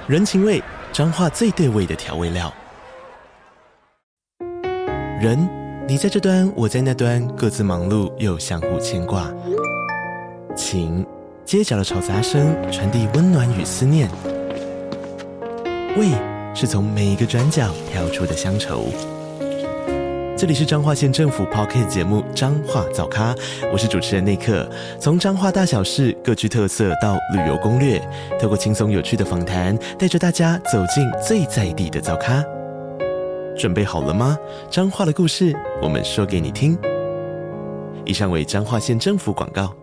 人情味，彰化最对味的调味料。人，你在这端，我在那端，各自忙碌又相互牵挂。情，街角的吵杂声传递温暖与思念。味，是从每一个转角跳出的乡愁。这里是彰化县政府 Podcast 节目《彰化早咖》，我是主持人内克。从彰化大小事各具特色到旅游攻略，透过轻松有趣的访谈，带着大家走进最在地的早咖。准备好了吗？彰化的故事，我们说给你听。以上为彰化县政府广告。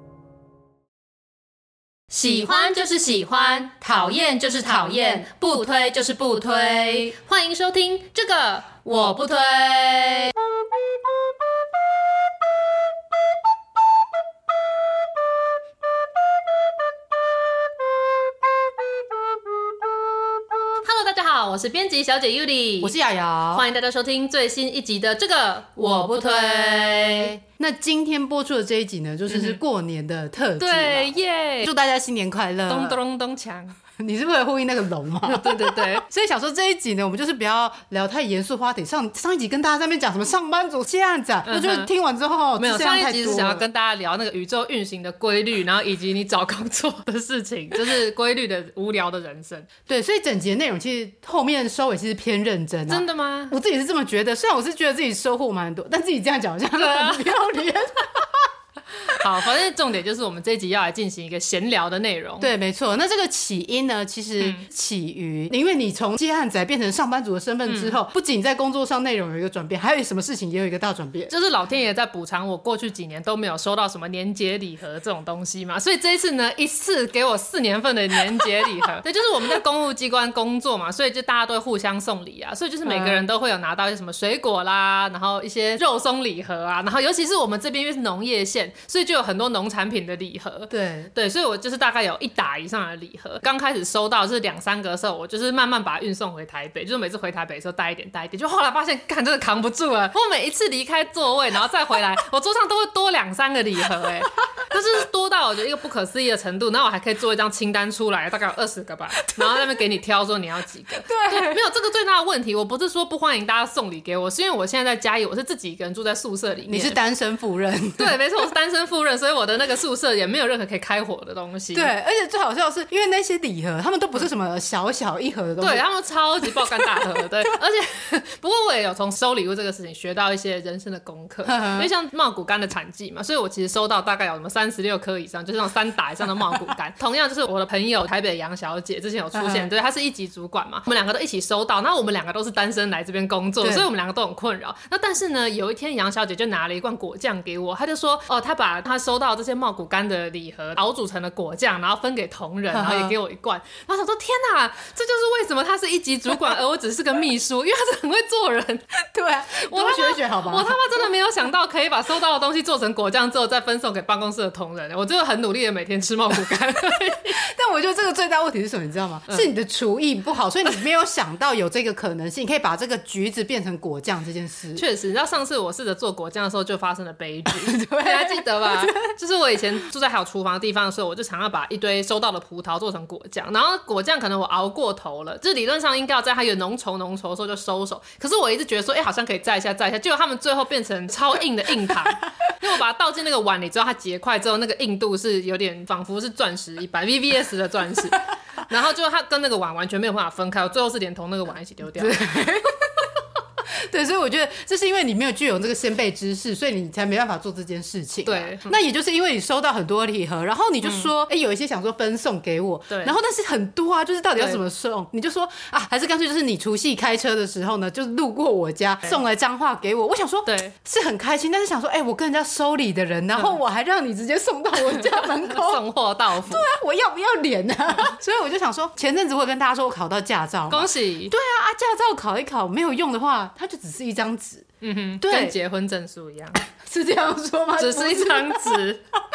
喜欢就是喜欢，讨厌就是讨厌，不推就是不推。欢迎收听这个我不推。Hello， 大家好，我是编辑小姐 Yuli， 我是瑶瑶， 欢迎大家收听最新一集的这个我不推。 那今天播出的这一集呢，就是过年的特辑， 对耶！ 祝大家新年快乐！ 咚咚咚锵！ 你是为了呼应那个龙吗？ 对对对， 所以想说这一集呢，我们就是不要聊太严肃话题。上一集跟大家在那边讲什么上班族这样子啊，我就是听完之后没有，上一集是想要跟大家聊那个宇宙运行的规律，然后以及你找工作的事情，就是规律的无聊的人生。 对，所以整集的内容其实后面收尾其实偏认真啊。 真的吗？ 我自己是这么觉得，虽然我是觉得自己收获蛮多，但自己这样讲好像很不要脸。 好，反正重点就是我们这一集要来进行一个闲聊的内容。 对，没错。那这个起因呢，其实起于因为你从接案仔变成上班族的身份之后，不仅在工作上内容有一个转变，还有什么事情也有一个大转变， 就是老天爷在补偿我过去几年都没有收到什么年节礼盒这种东西嘛，所以这一次呢，一次给我4年份的年节礼盒。对，就是我们在公务机关工作嘛，所以就大家都会互相送礼啊，所以就是每个人都会有拿到一些什么水果啦，然后一些肉松礼盒啊，然后尤其是我们这边因为是农业县，所以就有很多农产品的礼盒。对，所以我就是大概有1打以上的礼盒。刚开始收到是2-3个的时候，我就是慢慢把它运送回台北，就是每次回台北的时候带一点，就后来发现干真的扛不住了。我每一次离开座位然后再回来，我桌上都会多2-3个礼盒，就是多到我觉得一个不可思议的程度。然后我还可以做一张清单出来，大概有20个吧，然后在那边给你挑说你要几个。对，没有这个最大的问题。我不是说不欢迎大家送礼给我，是因为我现在在嘉义，我是自己一个人住在宿舍里面。 你是单身赴任？ 对，没错，我是单身赴任，所以我的那个宿舍也没有任何可以开火的东西。 对，而且最好笑的是，因为那些礼盒他们都不是什么小小一盒的东西， 对，他们超级爆肝大盒的。对，而且不过我也有从收礼物这个事情学到一些人生的功课，因为像茂谷柑的产季嘛，所以我其实收到大概有什么36颗以上，就是那种3打以上的茂谷柑。同样就是我的朋友台北杨小姐之前有出现，对，她是1级主管嘛，我们2个都一起收到，然后我们2个都是单身来这边工作，所以我们2个都很困扰。那但是呢，有一天杨小姐就拿了一罐果酱给我，她就说她把她收到这些茂谷柑的礼盒熬煮成了果酱，然后分给同仁，然后也给我一罐。然后想说天哪，这就是为什么他是1级主管而我只是个秘书，因为他是很会做人。 对啊，多学学好吧。 我他妈真的没有想到可以把收到的东西做成果酱之后再分送给办公室的同仁，我真的很努力的每天吃茂谷柑。 但我觉得这个最大问题是什么你知道吗？是你的厨艺不好，所以你没有想到有这个可能性，可以把这个橘子变成果酱这件事。 确实，你知道上次我试着做果酱的时候就发生了悲剧。你还记得吧？就是我以前住在还有厨房的地方的时候，我就常要把一堆收到的葡萄做成果酱，然后果酱可能我熬过头了，就是理论上应该要在它有浓稠的时候就收手，可是我一直觉得说好像可以再一下，结果他们最后变成超硬的硬糖。因为我把它倒进那个碗里之后，它结块之后那个硬度是有点仿佛是钻石一般 VVS 的钻石，然后就它跟那个碗完全没有办法分开，我最后是连同那个碗一起丢掉。 对，所以我觉得这是因为你没有具有这个先辈知识，所以你才没办法做这件事情。 对， 那也就是因为你收到很多礼盒，然后你就说有一些想说分送给我，对，然后但是很多啊，就是到底要怎么送，你就说还是干脆就是你除夕开车的时候呢，就路过我家送来彰化给我。我想说对是很开心，但是想说我跟人家收礼的人，然后我还让你直接送到我家门口送货到府。 对啊，我要不要脸啊？所以我就想说，前阵子我跟大家说我考到驾照， 恭喜。 对啊，驾照考一考没有用的话，它就只是一张纸。 对，跟结婚证书一样。 是这样说吗？ 只是一张纸。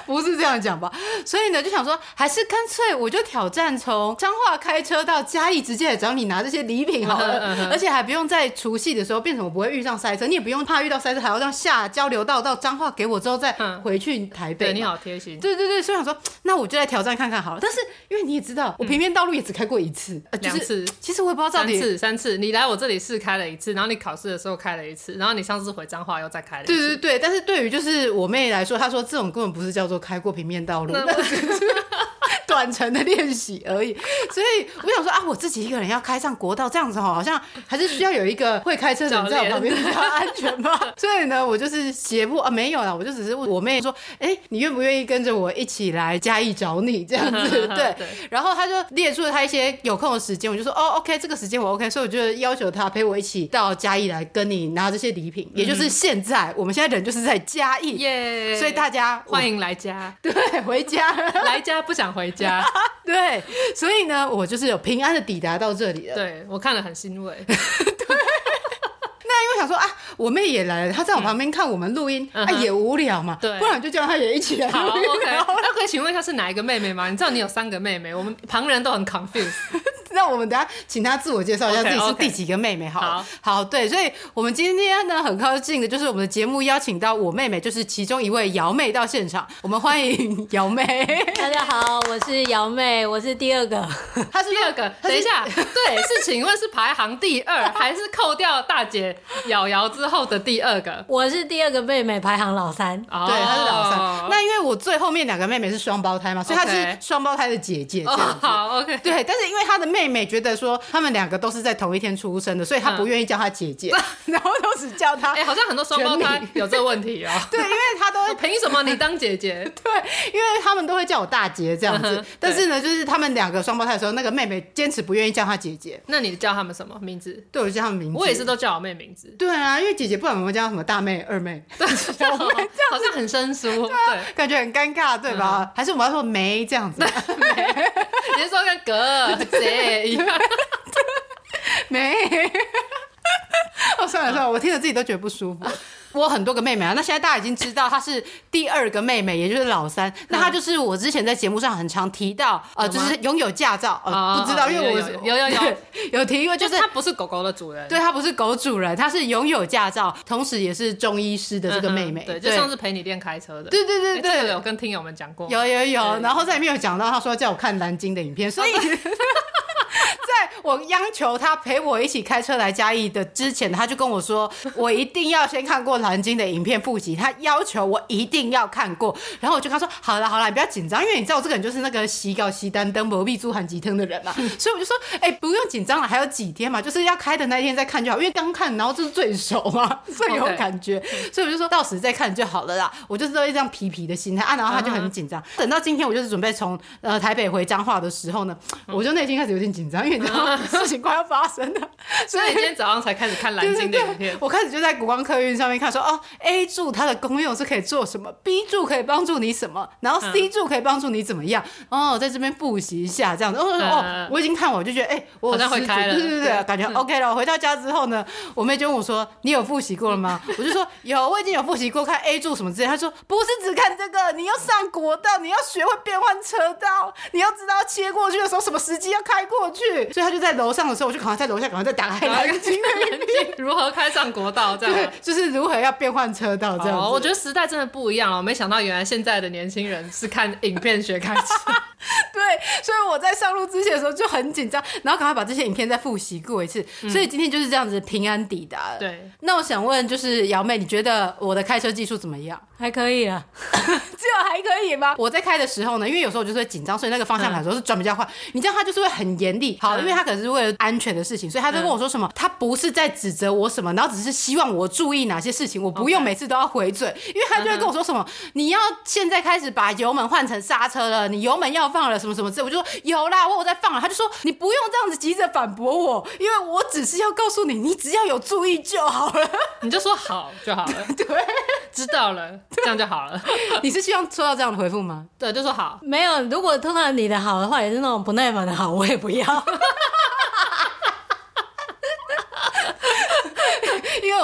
不是这样讲吧？所以呢，就想说，还是干脆我就挑战从彰化开车到嘉义，直接来找你拿这些礼品好了，而且还不用在除夕的时候变成我不会遇上塞车，你也不用怕遇到塞车，还要让下交流道到彰化给我之后再回去台北。 对，你好贴心。 对对对，所以想说，那我就来挑战看看好了。但是因为你也知道，我平面道路也只开过一次、 2次， 其实我也不知道到底 3次。你来我这里试开了1次，然后你考试的时候开了1次，然后你上次回彰化又再开了1次。 对对对，但是对于就是我妹来说，她说这种根本不是叫做开过平面道路，那只是短程的练习而已。所以我想说啊，我自己一个人要开上国道这样子好像还是需要有一个会开车的人在我旁边比较安全吧。所以呢，我就是胁迫啊，没有啦，我就只是问我妹说，你愿不愿意跟着我一起来嘉义找你这样子？对，然后她就列出了她一些有空的时间，我就说OK， 这个时间我 OK， 所以我就要求她陪我一起到嘉义来跟你拿这些礼品，也就是现在我们现在人就是在嘉义耶，所以大家欢迎来家， 对，回家来家不想回家， 对，所以呢，我就是有平安的抵达到这里了， 对我看了很欣慰， 对。那因为想说啊，我妹也来了，她在我旁边看我们录音，也无聊嘛，对，不然就叫她也一起来录音。 好 ，OK。那可以请问一下是哪一个妹妹吗？你知道你有3个妹妹，我们旁人都很 confused。 那我们等一下请她自我介绍一下自己是第几个妹妹好，对，所以我们今天呢很高兴的就是我们的节目邀请到我妹妹，就是其中一位瑶妹到现场，我们欢迎瑶妹。 大家好，我是瑶妹，我是第2个。 她是第2个，等一下，对，是请问是排行第2，还是扣掉大姐瑶瑶之后的第2个？ 我是第2个妹妹，排行老3。 对，她是老3。那因为我最后面2个妹妹是双胞胎嘛，所以她是双胞胎的姐姐这样子。 好 ，OK。 对，但是因为她的妹妹觉得说她们2个都是在同一天出生的，所以她不愿意叫她姐姐，然后都只叫她。 好像很多双胞胎有这个问题哦。 对，因为她都凭什么你当姐姐？ 对，因为他们都会叫我大姐这样子。但是呢，就是他们2个双胞胎的时候，那个妹妹坚持不愿意叫她姐姐。 那你叫他们什么名字？ 对，我叫他们名字。 我也是都叫我妹名字。 对啊，因为姐姐不然我们叫她什么大妹、二妹， 对，好像很生疏，对， 感觉很尴尬，对吧？还是我们要说梅这样子？ 你是说跟哥姐一样？ 梅。算了，我听着自己都觉得不舒服。我很多个妹妹啊，那现在大家已经知道她是第2个妹妹，也就是老3。那她就是我之前在节目上很常提到，就是拥有驾照。不知道，因为我有提过，就是她不是狗狗的主人， 对，她不是狗主人，她是拥有驾照，同时也是中医师的这个妹妹。 对，就上次陪你练开车的。 对对对对， 这个有跟听友们讲过。 有，然后在里面有讲到，她说叫我看蓝鲸的影片，所以。在我央求他陪我一起开车来嘉义的之前，他就跟我说，我一定要先看过蓝鲸的影片复习，他要求我一定要看过。然后我就跟他说，好了，你不要紧张，因为你知道我这个人就是那个洗稿洗单灯不必猪含鸡汤的人嘛，所以我就说，不用紧张了，还有几天嘛，就是要开的那一天再看就好，因为刚看，然后就是最熟嘛，最有感觉，所以我就说到时再看就好了啦。我就是这样皮的心态啊，然后他就很紧张。等到今天我就是准备从台北回彰化的时候呢，我就内心开始有点紧张，因为你知道事情快要发生了， 所以今天早上才开始看蓝鲸的影片。 我开始就在国光客运上面看说，A 柱它的功用是可以做什么， B 柱可以帮助你什么，然后 C 柱可以帮助你怎么样，在这边复习一下这样子。我已经看完，我就觉得我好像会开了， 对，感觉 OK 了。我回到家之后呢，我妹就问我说，你有复习过了吗？我就说有，我已经有复习过，看 A 柱什么之类。她说不是只看这个，你要上国道，你要学会变换车道，你要知道切过去的时候什么时机要开过去。所以她就在楼上的时候，我就赶快在楼下赶快再打开蓝鲸的影片， 如何开上国道这样，对， 就是如何要变换车道这样子。 我觉得时代真的不一样了，我没想到原来现在的年轻人是看影片学开车。 对，所以我在上路之前的时候就很紧张，然后赶快把这些影片再复习过一次。所以今天就是这样子平安抵达了。 对， 那我想问，就是瑶妹，你觉得我的开车技术怎么样？ 还可以啊。 只有还可以吗？我在开的时候呢，因为有时候我就是会紧张，所以那个方向盘的时候是转比较快。你知道他就是会很严厉，好，因为他可能是为了安全的事情，所以他就跟我说什么，他不是在指责我什么，然后只是希望我注意哪些事情，我不用每次都要回嘴，因为他就会跟我说什么，你要现在开始把油门换成刹车了，你油门要放了什么什么之类，我就说有啦，我有在放了。他就说你不用这样子急着反驳我，因为我只是要告诉你，你只要有注意就好了。 你就说好就好了。 对， 知道了，这样就好了。 你是希望收到这样的回复吗？ 对，就说好。 没有，如果通常你的好的话也是那种不耐烦的好，我也不要。 因为我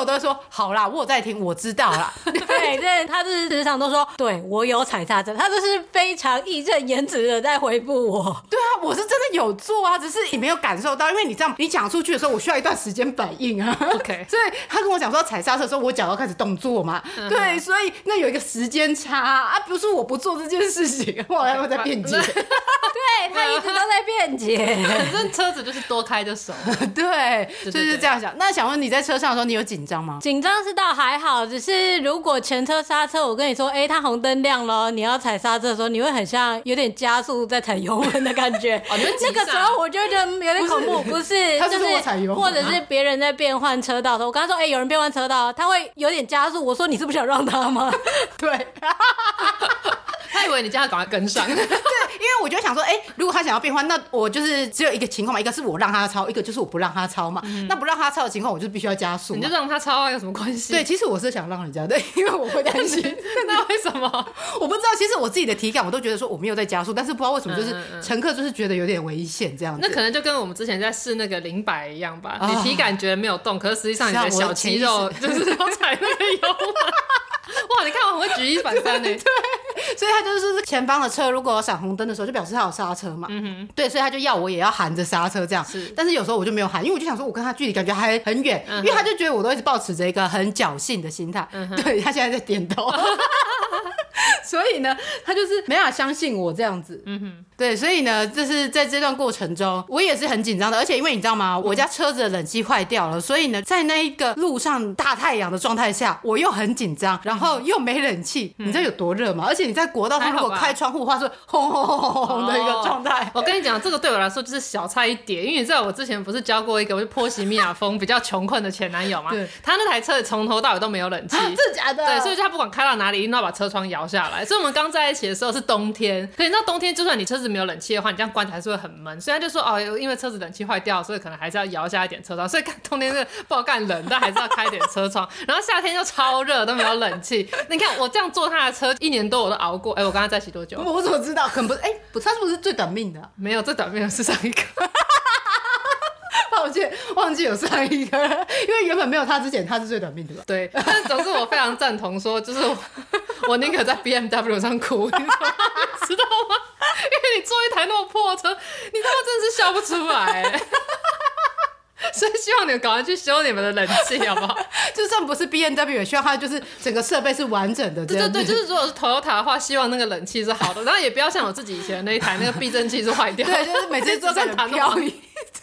我都会说好啦，我有在听，我知道啦。 对，这他就是时常都说，对我有踩刹车，他都是非常义正言辞的在回复我。 对啊，我是真的有做啊，只是你没有感受到，因为你这样你讲出去的时候，我需要一段时间反应啊。 OK， 所以他跟我讲说踩刹车的时候，我脚要开始动作嘛。对，所以那有一个时间差啊，不是我不做这件事情，我还会在辩解。 对，他一直都在辩解。 反正车子就是多开就熟。 对，就是这样想。那想问你在车上的时候，你有紧张吗？ 紧张是倒还好，只是如果前车刹车，我跟你说，它红灯亮了，你要踩刹车的时候，你会很像有点加速在踩油门的感觉。 哦，你会急刹。 那个时候我就觉得有点恐怖，不是， 他是我踩油门或者是别人在变换车道的时候，我跟他说，有人变换车道，他会有点加速，我说你是不是想让他吗？ 对。 他以为你叫他赶快跟上。对，因为我就想说，如果他想要变换，那我就是只有一个情况嘛，一个是我让他超，一个就是我不让他超嘛。那不让他超的情况，我就必须要加速嘛。 你就让他超有什么关系？ 对，其实我是想让人家的，因为我会担心。 那为什么？ 我不知道。其实我自己的体感，我都觉得说我没有在加速，但是不知道为什么，就是乘客就是觉得有点危险这样子。 那可能就跟我们之前在试那个0-100一样吧，你体感觉得没有动，可是实际上你的小肌肉就是要踩那个油门。哇，你看我很会举一反三呢。对， 所以他就是前方的车如果有闪红灯的时候，就表示他有刹车嘛。对，所以他就要我也要含着刹车这样。但是有时候我就没有含，因为我就想说我跟他距离感觉还很远，因为他就觉得我都一直抱持着一个很侥幸的心态。对，他现在在点头。所以呢，他就是没法相信我这样子。对，所以呢，就是在这段过程中，我也是很紧张的。而且因为你知道吗，我家车子的冷气坏掉了，所以呢，在那一个路上大太阳的状态下，我又很紧张，然后又没冷气，你知道有多热吗？而且你在国道上如果开窗户的话，是轰轰轰轰轰的一个状态。 我跟你讲，这个对我来说就是小菜一碟，因为你知道我之前不是交过一个波西米亚风比较穷困的前男友吗？他那台车从头到尾都没有冷气。 真的假的？ 对，所以他不管开到哪里，一定要把车窗摇下来。所以我们刚在一起的时候是冬天，可你知道冬天就算你车子没有冷气的话，你这样关起来还是会很闷。所以他就说因为车子冷气坏掉，所以可能还是要摇下一点车窗。所以冬天是爆干冷，但还是要开一点车窗。然后夏天就超热，都没有冷气。你看我这样坐他的车1年多我都熬过。我跟他在一起多久？ 我怎么知道？可能不是，他是不是最短命的？ 没有，最短命的是上一个。 抱歉，忘记有上一个，因为原本没有他之前，他是最短命的吧？ 对，但总之我非常赞同说，就是我宁可在 BMW 上哭，你知道吗？因为你坐一台那么破车，你他妈真的是笑不出来。所以希望你们赶快去修你们的冷气，好不好？ 就算不是 BMW， 也希望它就是整个设备是完整的。 对，就是如果是 Toyota 的话，希望那个冷气是好的，然后也不要像我自己以前那一台那个避震器是坏掉。 对，就是每次坐在漂移。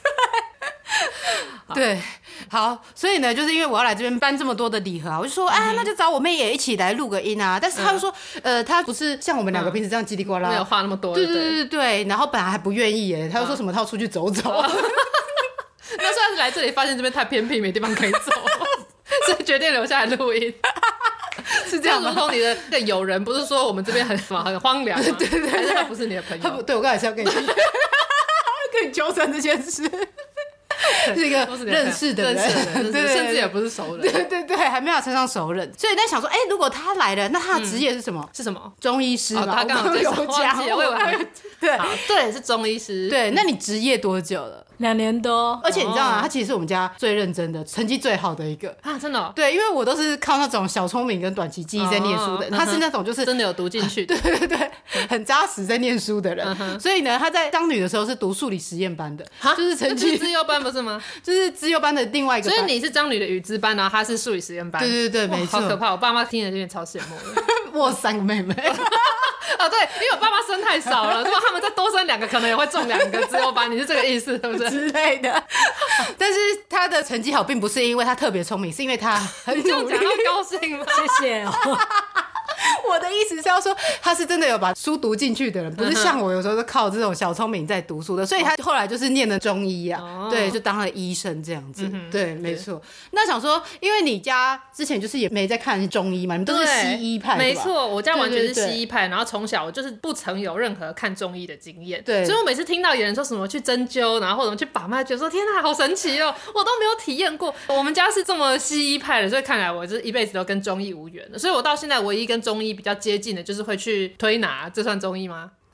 对，好，所以呢，就是因为我要来这边搬这么多的礼盒啊，我就说，那就找我妹也一起来录个音啊。但是他就说，他不是像我们两个平时这样叽里呱啦， 没有话那么多。 对，然后本来还不愿意耶，他就说什么他要出去走走。 那虽然是来这里发现这边太偏僻，没地方可以走，所以决定留下来录音。是这样，如同你的友人不是说我们这边很荒凉吗？对，还是他不是你的朋友？ 对，我刚才是要跟你跟你纠正这件事。是一个认识的人， 对，甚至也不是熟人， 对，还没有称上熟人，所以在想说，如果他来了，那他的职业是什么？ 是什么？ 中医师嘛。 他刚刚有讲，我以为对，是中医师。 对，那你职业多久了 ？2年多。 而且你知道吗？他其实是我们家最认真的，成绩最好的一个啊，真的。 对，因为我都是靠那种小聪明跟短期记忆在念书的，他是那种就是真的有读进去， 对，很扎实在念书的人。所以呢，他在当女的时候是读数理实验班的，就是成绩资优班不是吗？ 就是资优班的另外一个班。 所以你是张女的语资班，然后他是数理实验班。 对，没错。 好可怕！我爸妈听了有点超羡慕的。 我有3个妹妹。 对，因为我爸妈生太少了，如果他们再多生2个，可能也会中2个资优班。你是这个意思，对不对？ 之类的。但是他的成绩好，并不是因为他特别聪明，是因为他很努力。 这样讲到高兴吗？ 谢谢哦。 我的意思是要说，他是真的有把书读进去的人，不是像我有时候是靠这种小聪明在读书的，所以他后来就是念了中医啊，对，就当了医生这样子，对，没错。那想说，因为你家之前就是也没在看中医嘛，你们都是西医派的吧？ 没错，我家完全是西医派，然后从小我就是不曾有任何看中医的经验，对，所以我每次听到有人说什么去针灸，然后或者去把脉，觉得说天哪，好神奇哦，我都没有体验过。我们家是这么西医派的，所以看来我就是一辈子都跟中医无缘的，所以我到现在唯一跟中医比较接近的就是会去推拿，这算中医吗？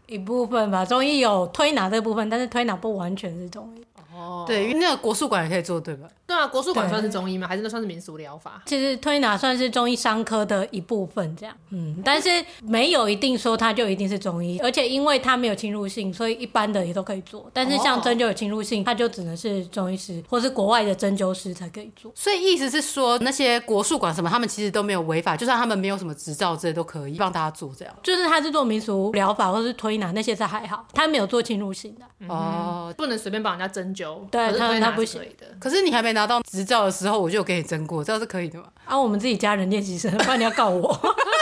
一部分吧，中医有推拿这部分，但是推拿不完全是中医。 对，因为那个国术馆也可以做，对吧？ 对啊，国术馆算是中医吗？还是那算是民俗疗法？ 其实推拿算是中医伤科的一部分，这样，但是没有一定说它就一定是中医，而且因为它没有侵入性，所以一般的也都可以做。但是像针灸有侵入性，它就只能是中医师或是国外的针灸师才可以做。 所以意思是说，那些国术馆什么，他们其实都没有违法，就算他们没有什么执照之类，都可以让大家做这样。 就是他是做民俗疗法或是推拿那些是还好，他没有做侵入性的。 不能随便帮人家针灸， 对， 可是推拿他不行是可以的。 可是你还没拿到执照的时候，我就有给你针过，这样是可以的吗？ 啊，我们自己家人练习生，不然你要告我。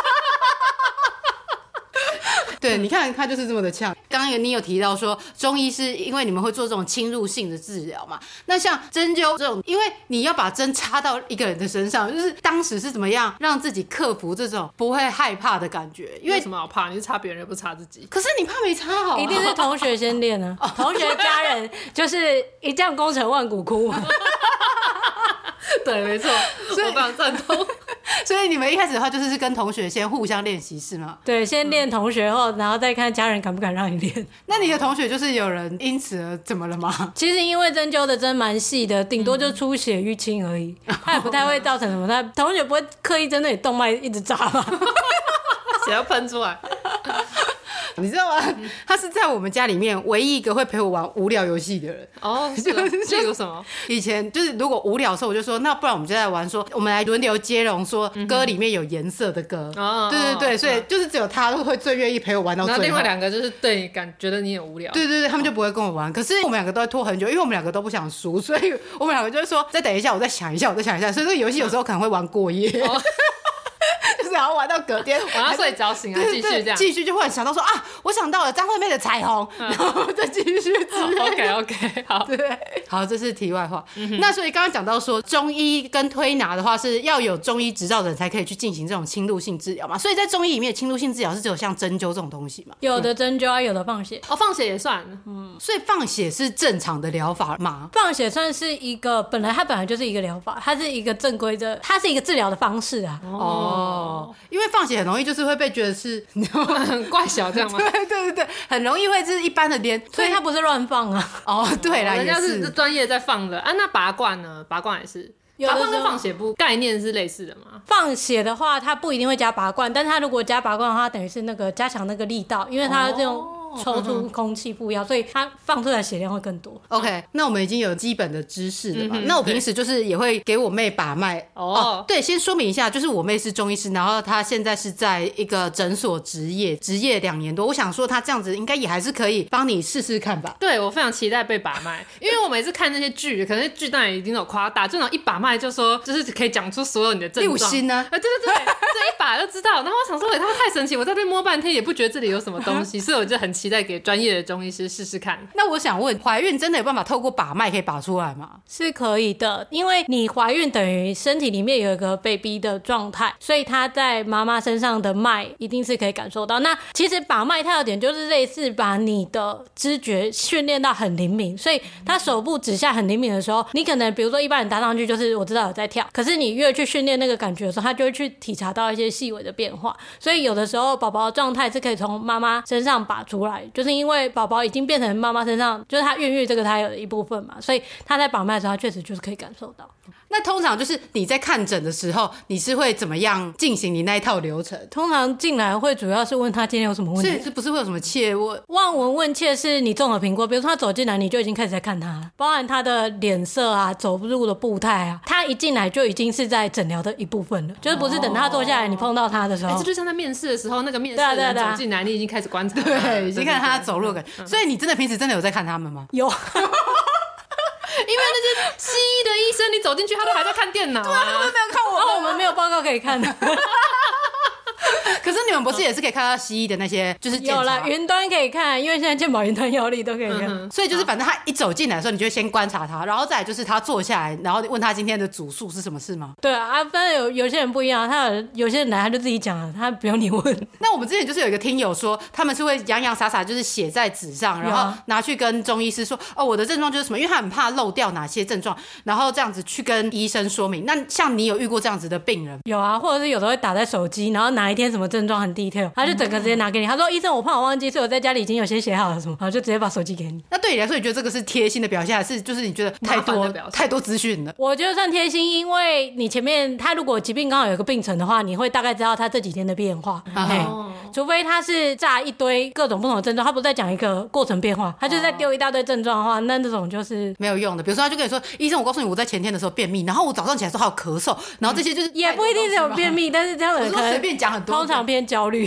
对，你看他就是这么的呛。刚刚你有提到说中医是因为你们会做这种侵入性的治疗嘛？那像针灸这种，因为你要把针插到一个人的身上，就是当时是怎么样让自己克服这种不会害怕的感觉？因为有什么好怕？你是插别人又不插自己。 可是你怕没插好、啊， 一定是同学先练啊，同学家人就是一将功成万骨枯嘛。 对，没错，我非常赞同。 所以你们一开始的话就是跟同学先互相练习是吗？ 对，先练同学后，然后再看家人敢不敢让你练。 那你的同学就是有人因此而怎么了吗？ 其实因为针灸的针蛮细的，顶多就出血淤青而已，它也不太会造成什么。他同学不会刻意针对你动脉一直扎吧？ 血要喷出来。 你知道吗？他是在我们家里面唯一一个会陪我玩无聊游戏的人。 哦，就有什么？ 以前就是如果无聊的时候，我就说，那不然我们就在玩说，我们来轮流接龙，说歌里面有颜色的歌。对对对，所以就是只有他会最愿意陪我玩到最后。 然后另外两个就是对觉得你很无聊。 对对对，他们就不会跟我玩。可是我们两个都会拖很久，因为我们两个都不想输，所以我们两个就会说，再等一下，我再想一下，我再想一下。所以这个游戏有时候可能会玩过夜。就是然后玩到隔天， 玩到睡着醒啊，继续这样， 继续就会想到说啊，我想到了张惠妹的彩虹，然后再继续之类的。 OK， 好， 对，好，这是题外话。那所以刚刚讲到说，中医跟推拿的话是要有中医执照的人才可以去进行这种侵入性治疗嘛？所以在中医里面，侵入性治疗是只有像针灸这种东西嘛？ 有的针灸啊，有的放血。 哦，放血也算。 所以放血是正常的疗法吗？ 放血算是一个它本来就是一个疗法，它是一个正规的，它是一个治疗的方式啊。 因为放血很容易就是会被觉得是很怪小这样吗？ 对对对对，很容易会是一般的连， 所以它不是乱放啊。 对啦， 人家是专业在放的啊。那拔罐呢？拔罐也是。拔罐跟放血不概念是类似的吗？ 放血的话，它不一定会加拔罐，但是它如果加拔罐的话，等于是那个加强那个力道，因为它这种抽出空气不一样，所以它放出来的血量会更多。 OK， 那我们已经有基本的知识了嘛？那我平时就是也会给我妹把脉。对，先说明一下，就是我妹是中医师，然后她现在是在一个诊所执业2年多。我想说，她这样子应该也还是可以帮你试试看吧？ 对，我非常期待被把脉，因为我每次看那些剧，可能剧当然已经有夸大，就那种一把脉就说，就是可以讲出所有你的症状。 六星呢？ 对对对，这一把就知道。然后我想说，他太神奇，我在这边摸半天也不觉得这里有什么东西，所以我就很期待给专业的中医师试试看。 那我想问，怀孕真的有办法透过把脉可以把出来吗？ 是可以的，因为你怀孕等于身体里面有一个 baby 的状态，所以他在妈妈身上的脉一定是可以感受到。那其实把脉它有点就是类似把你的知觉训练到很灵敏，所以他手部指下很灵敏的时候，你可能比如说一般人搭上去就是我知道有在跳，可是你越去训练那个感觉的时候，他就会去体察到一些细微的变化。所以有的时候宝宝的状态是可以从妈妈身上把出来，就是因为宝宝已经变成妈妈身上，就是他孕育这个胎儿的一部分嘛，所以他在把脉的时候，他确实就是可以感受到。 那通常就是你在看诊的时候，你是会怎么样进行你那一套流程？ 通常进来会主要是问他今天有什么问题， 是不是会有什么切问？ 望闻问切是你综合评估，比如说他走进来，你就已经开始在看他了，包含他的脸色啊、走路的步态啊，他一进来就已经是在诊疗的一部分了，就是不是等他坐下来你碰到他的时候， 这就像在面试的时候，那个面试的人走进来，你已经开始观察他， 对，已经看他走路的感觉。所以你真的平时真的有在看他们吗？ 有。 因为那些西医的医生，你走进去，他都还在看电脑啊。 对啊，他们没有看我们，我们没有报告可以看的。 可是你们不是也是可以看到西医的那些就是检查？ 有啦，云端可以看，因为现在健保云端药力都可以看。 所以就是反正他一走进来的时候，你就先观察他，然后再来就是他坐下来，然后问他今天的主诉是什么事吗？ 对啊，反正有些人不一样，有些人来他就自己讲了，他不用你问。 那我们之前就是有一个听友说，他们是会洋洋洒洒就是写在纸上，然后拿去跟中医师说，我的症状就是什么，因为他很怕漏掉哪些症状，然后这样子去跟医生说明。那像你有遇过这样子的病人？ 有啊，或者是有的会打在手机，然后哪一天什么症状很 detail， 他就整个直接拿给你，他说医生我怕我忘记，所以我在家里已经有先写好了什么，然后就直接把手机给你。 那对你来说，你觉得这个是贴心的表现，还是就是你觉得太多资讯了？ 我觉得算贴心，因为你前面他如果疾病刚好有个病程的话，你会大概知道他这几天的变化。除非他是炸一堆各种不同的症状，他不是在讲一个过程变化，他就是在丢一大堆症状的话，那种就是没有用的。比如说他就跟你说，医生我告诉你我在前天的时候便秘，然后我早上起来的时候还有咳嗽，然后这些就是也不一定是有便秘，但是这样的人可能随便讲很多， 通常偏焦虑。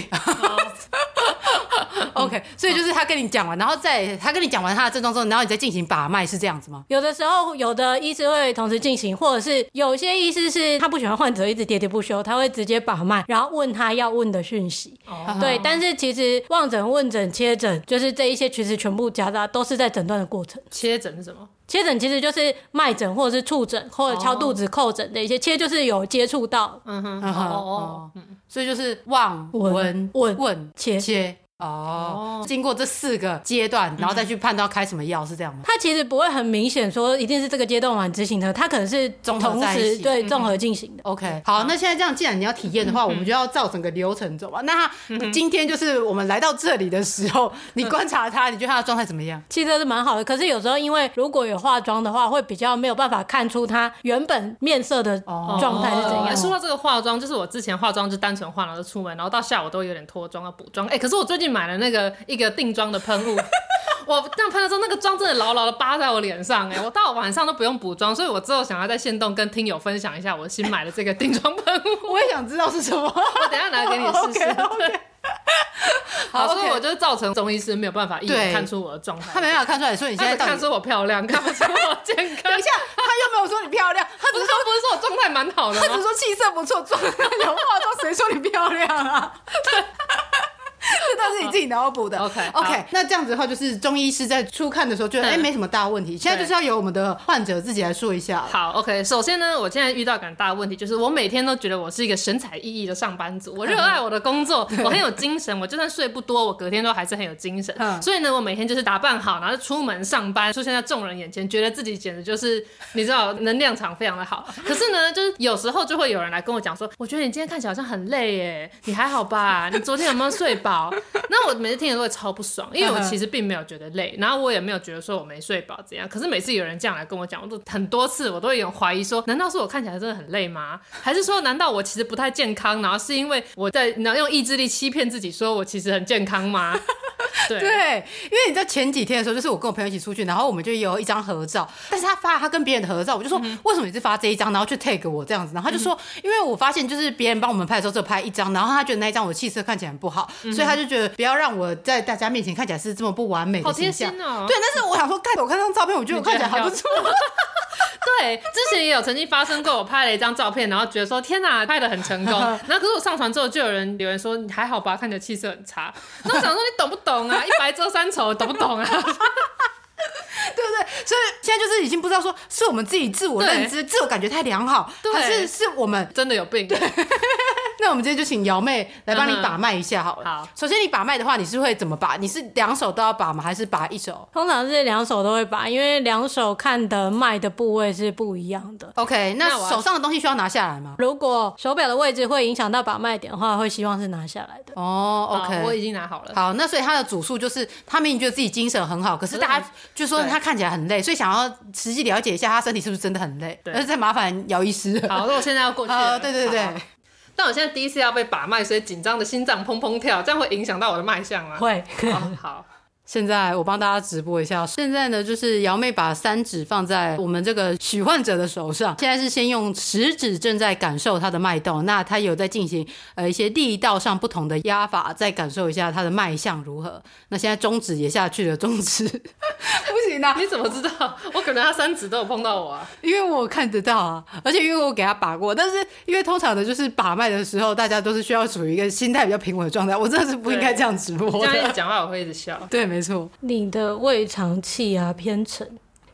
OK， 所以就是他跟你讲完，然后他跟你讲完他的症状之后，然后你再进行把脉，是这样子吗？ 有的时候有的医师会同时进行，或者是有些医师是他不喜欢患者一直喋喋不休，他会直接把脉，然后问他要问的讯息。对，但是其实望诊、问诊、切诊，就是这一些其实全部夹杂都是在诊断的过程。 切诊是什么？ 切诊其实就是脉诊或者是触诊或者敲肚子叩诊的一些，切就是有接触到。 所以就是望、闻、问、切。经过这4个阶段，然后再去判断要开什么药，是这样吗？ 它其实不会很明显说一定是这个阶段完执行的，它可能是同时对综合进行的。 OK， 好，那现在这样，既然你要体验的话，我们就要照整个流程走吧。那今天就是我们来到这里的时候，你观察他，你觉得他的状态怎么样？ 其实是蛮好的，可是有时候因为如果有化妆的话，会比较没有办法看出他原本面色的状态是怎样。 说到这个化妆，就是我之前化妆就单纯化然后就出门，然后到下午都有点脱妆要补妆。可是我最近买了一个定妆的喷雾，我这样喷的时候，那个妆真的牢牢的扒在我脸上，我到晚上都不用补妆，所以我之后想要在限动跟听友分享一下我新买的这个定妆喷雾。 我也想知道是什么， 我等一下拿给你试试。 Okay. 好，所以我就造成中医师没有办法一眼看出我的状态， 他没办法看出来，所以你现在看出我漂亮，看不出我健康。 等一下，他又没有说你漂亮，他不是说我状态蛮好的吗？ 他只是说气色不错，妆有化妆，谁说你漂亮啊？这都是你自己脑补的。 OK， 那这样子的话，就是中医师在初看的时候觉得没什么大问题。现在就是要由我们的患者自己来说一下。 好 ，OK， 首先呢，我现在遇到很大的问题，就是我每天都觉得我是一个神采奕奕的上班族，我热爱我的工作，我很有精神，我就算睡不多，我隔天都还是很有精神。所以呢，我每天就是打扮好，然后就出门上班，出现在众人眼前，觉得自己简直就是你知道能量场非常的好。可是呢，就是有时候就会有人来跟我讲说，我觉得你今天看起来好像很累耶，你还好吧？你昨天有没有睡饱？那我每次听的都会超不爽，因为我其实并没有觉得累，然后我也没有觉得说我没睡饱怎样。可是每次有人这样来跟我讲，我都很多次我都会有怀疑说，难道是我看起来真的很累吗？还是说难道我其实不太健康，然后是因为我在用意志力欺骗自己说我其实很健康吗？对， 因为你在前几天的时候，就是我跟我朋友一起出去，然后我们就有一张合照，但是他发他跟别人的合照，我就说为什么你是发这一张，然后去 tag 我这样子，然后他就说因为我发现就是别人帮我们拍的时候只有拍一张，然后他觉得那一张我的气色看起来很不好，所以他就觉得不要让我在大家面前看起来是这么不完美的形象。 好贴心哦。 对，但是我想说，我看这张照片，我觉得我看起来还不错。 对，之前也有曾经发生过，我拍了一张照片，然后觉得说天哪，拍得很成功，然后可是我上传之后，就有人留言说你还好吧，看起来气色很差。那我想说你懂不懂啊？一白遮三丑，懂不懂啊？ 对不对？所以现在就是已经不知道说是我们自己自我认知、自我感觉太良好，还是我们真的有病。对。 那我们今天就请瑶妹来帮你把脉一下好了。 好， 首先你把脉的话，你是会怎么把？你是2手都要把吗？还是把1手？ 通常是2手都会把，因为2手看的脉的部位是不一样的。 OK， 那手上的东西需要拿下来吗？ 如果手表的位置会影响到把脉点的话，会希望是拿下来的。 OK， 我已经拿好了。 好，那所以他的主诉就是他明明觉得自己精神很好，可是大家就说他看起来很累，所以想要实际了解一下他身体是不是真的很累，而且再麻烦姚医师。 好，那我现在要过去了。 对。 但我现在第一次要被把脉，所以紧张的心脏砰砰跳，这样会影响到我的脉象吗？ 会。 好。 现在我帮大家直播一下，现在呢就是瑶妹把3指放在我们这个许患者的手上，现在是先用食指正在感受他的脉动，那他有在进行一些力道上不同的压法，再感受一下他的脉象如何。那现在中指也下去了，中指不行啊！ 你怎么知道？我可能他3指都有碰到我啊， 因为我看得到啊，而且因为我给他把过，但是因为通常的就是把脉的时候，大家都是需要处于一个心态比较平稳的状态，我真的是不应该这样直播的。 这样一直讲话我会一直笑。 对，没错。 你的胃肠气啊偏沉，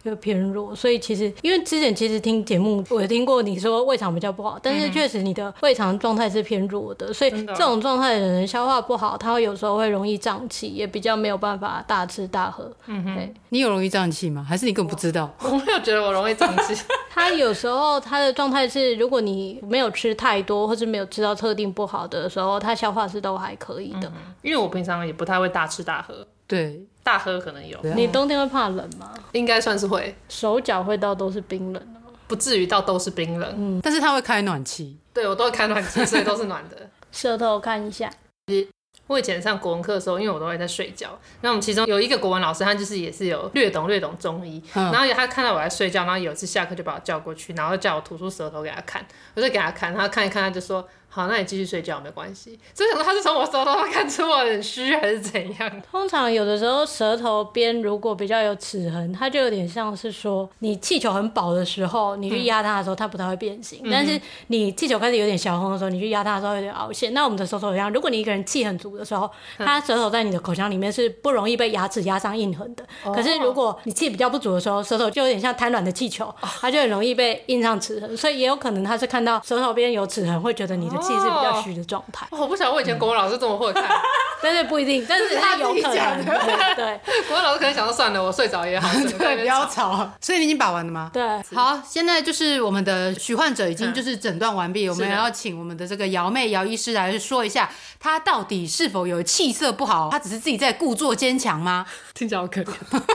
就偏弱，所以其实因为之前其实听节目我有听过你说胃肠比较不好，但是确实你的胃肠状态是偏弱的，所以这种状态的人消化不好，他有时候会容易胀气，也比较没有办法大吃大喝。 你有容易胀气吗？还是你根本不知道？ 我没有觉得我容易胀气。 他有时候他的状态是，如果你没有吃太多，或是没有吃到特定不好的时候，他消化是都还可以的。 因为我平常也不太会大吃大喝， 对， 大喝可能有， 你冬天会怕冷吗？ 应该算是会， 手脚会到都是冰冷的吗？ 不至于到都是冰冷。 但是他会开暖气。 对，我都会开暖气，所以都是暖的。 舌头看一下。 我以前上国文课的时候，因为我都会在睡觉，那我们其中有一个国文老师，他就是也是有略懂中医，然后他看到我在睡觉，然后有一次下课就把我叫过去，然后叫我吐出舌头给他看，我就给他看，他看一看，他就说好，那你继续睡觉没关系。所以想说他是从我舌头看出我很虚还是怎样？ 通常有的时候舌头边如果比较有齿痕，它就有点像是说你气球很饱的时候，你去压它的时候它不太会变形，但是你气球开始有点小红的时候，你去压它的时候有点凹陷。那我们的舌头一样，如果你一个人气很足的时候，它舌头在你的口腔里面是不容易被牙齿压上印痕的。可是如果你气比较不足的时候，舌头就有点像瘫软的气球，它就很容易被印上齿痕。所以也有可能他是看到舌头边有齿痕，会觉得你的气是比较虚的状态。 我不晓得我以前国文老师这么会看， 但是不一定，但是他有可能。对， 国文老师可能想说算了，我睡着也好， 对，不要吵。所以你已经把完了吗？ 对， 好，现在就是我们的许患者已经就是诊断完毕，我们要请我们的这个姚妹姚医师来说一下，他到底是否有气色不好？他只是自己在故作坚强吗？ 听起来好可怜。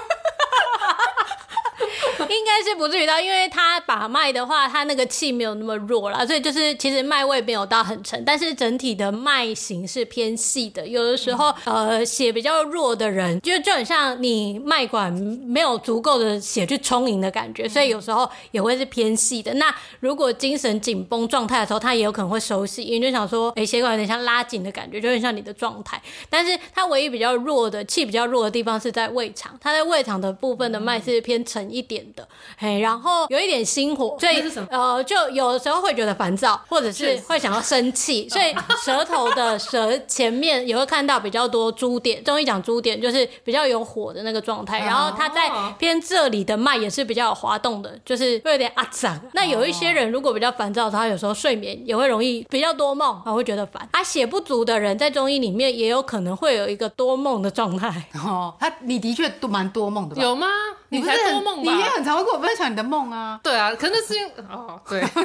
应该是不至于到，因为他把脉的话，他那个气没有那么弱啦，所以就是其实脉位没有到很沉，但是整体的脉型是偏细的。有的时候血比较弱的人，就很像你脉管没有足够的血去充盈的感觉，所以有时候也会是偏细的。那如果精神紧绷状态的时候，他也有可能会收细，因为就想说血管有点像拉紧的感觉，就很像你的状态。但是他唯一比较弱的气比较弱的地方是在胃肠，他在胃肠的部分的脉是偏沉一点的，然后有一点心火，所以就有的时候会觉得烦躁，或者是会想要生气，所以舌头的舌前面也会看到比较多珠点，中医讲珠点就是比较有火的那个状态，然后它在偏这里的脉也是比较有滑动的，就是会有点阿脏。那有一些人如果比较烦躁，他有时候睡眠也会容易比较多梦，他会觉得烦。血不足的人在中医里面也有可能会有一个多梦的状态。 你的确蛮多梦的吧？ 有吗？你才多梦吧？ 你也很常会跟我分享你的梦啊。 对啊，可能是因为对，不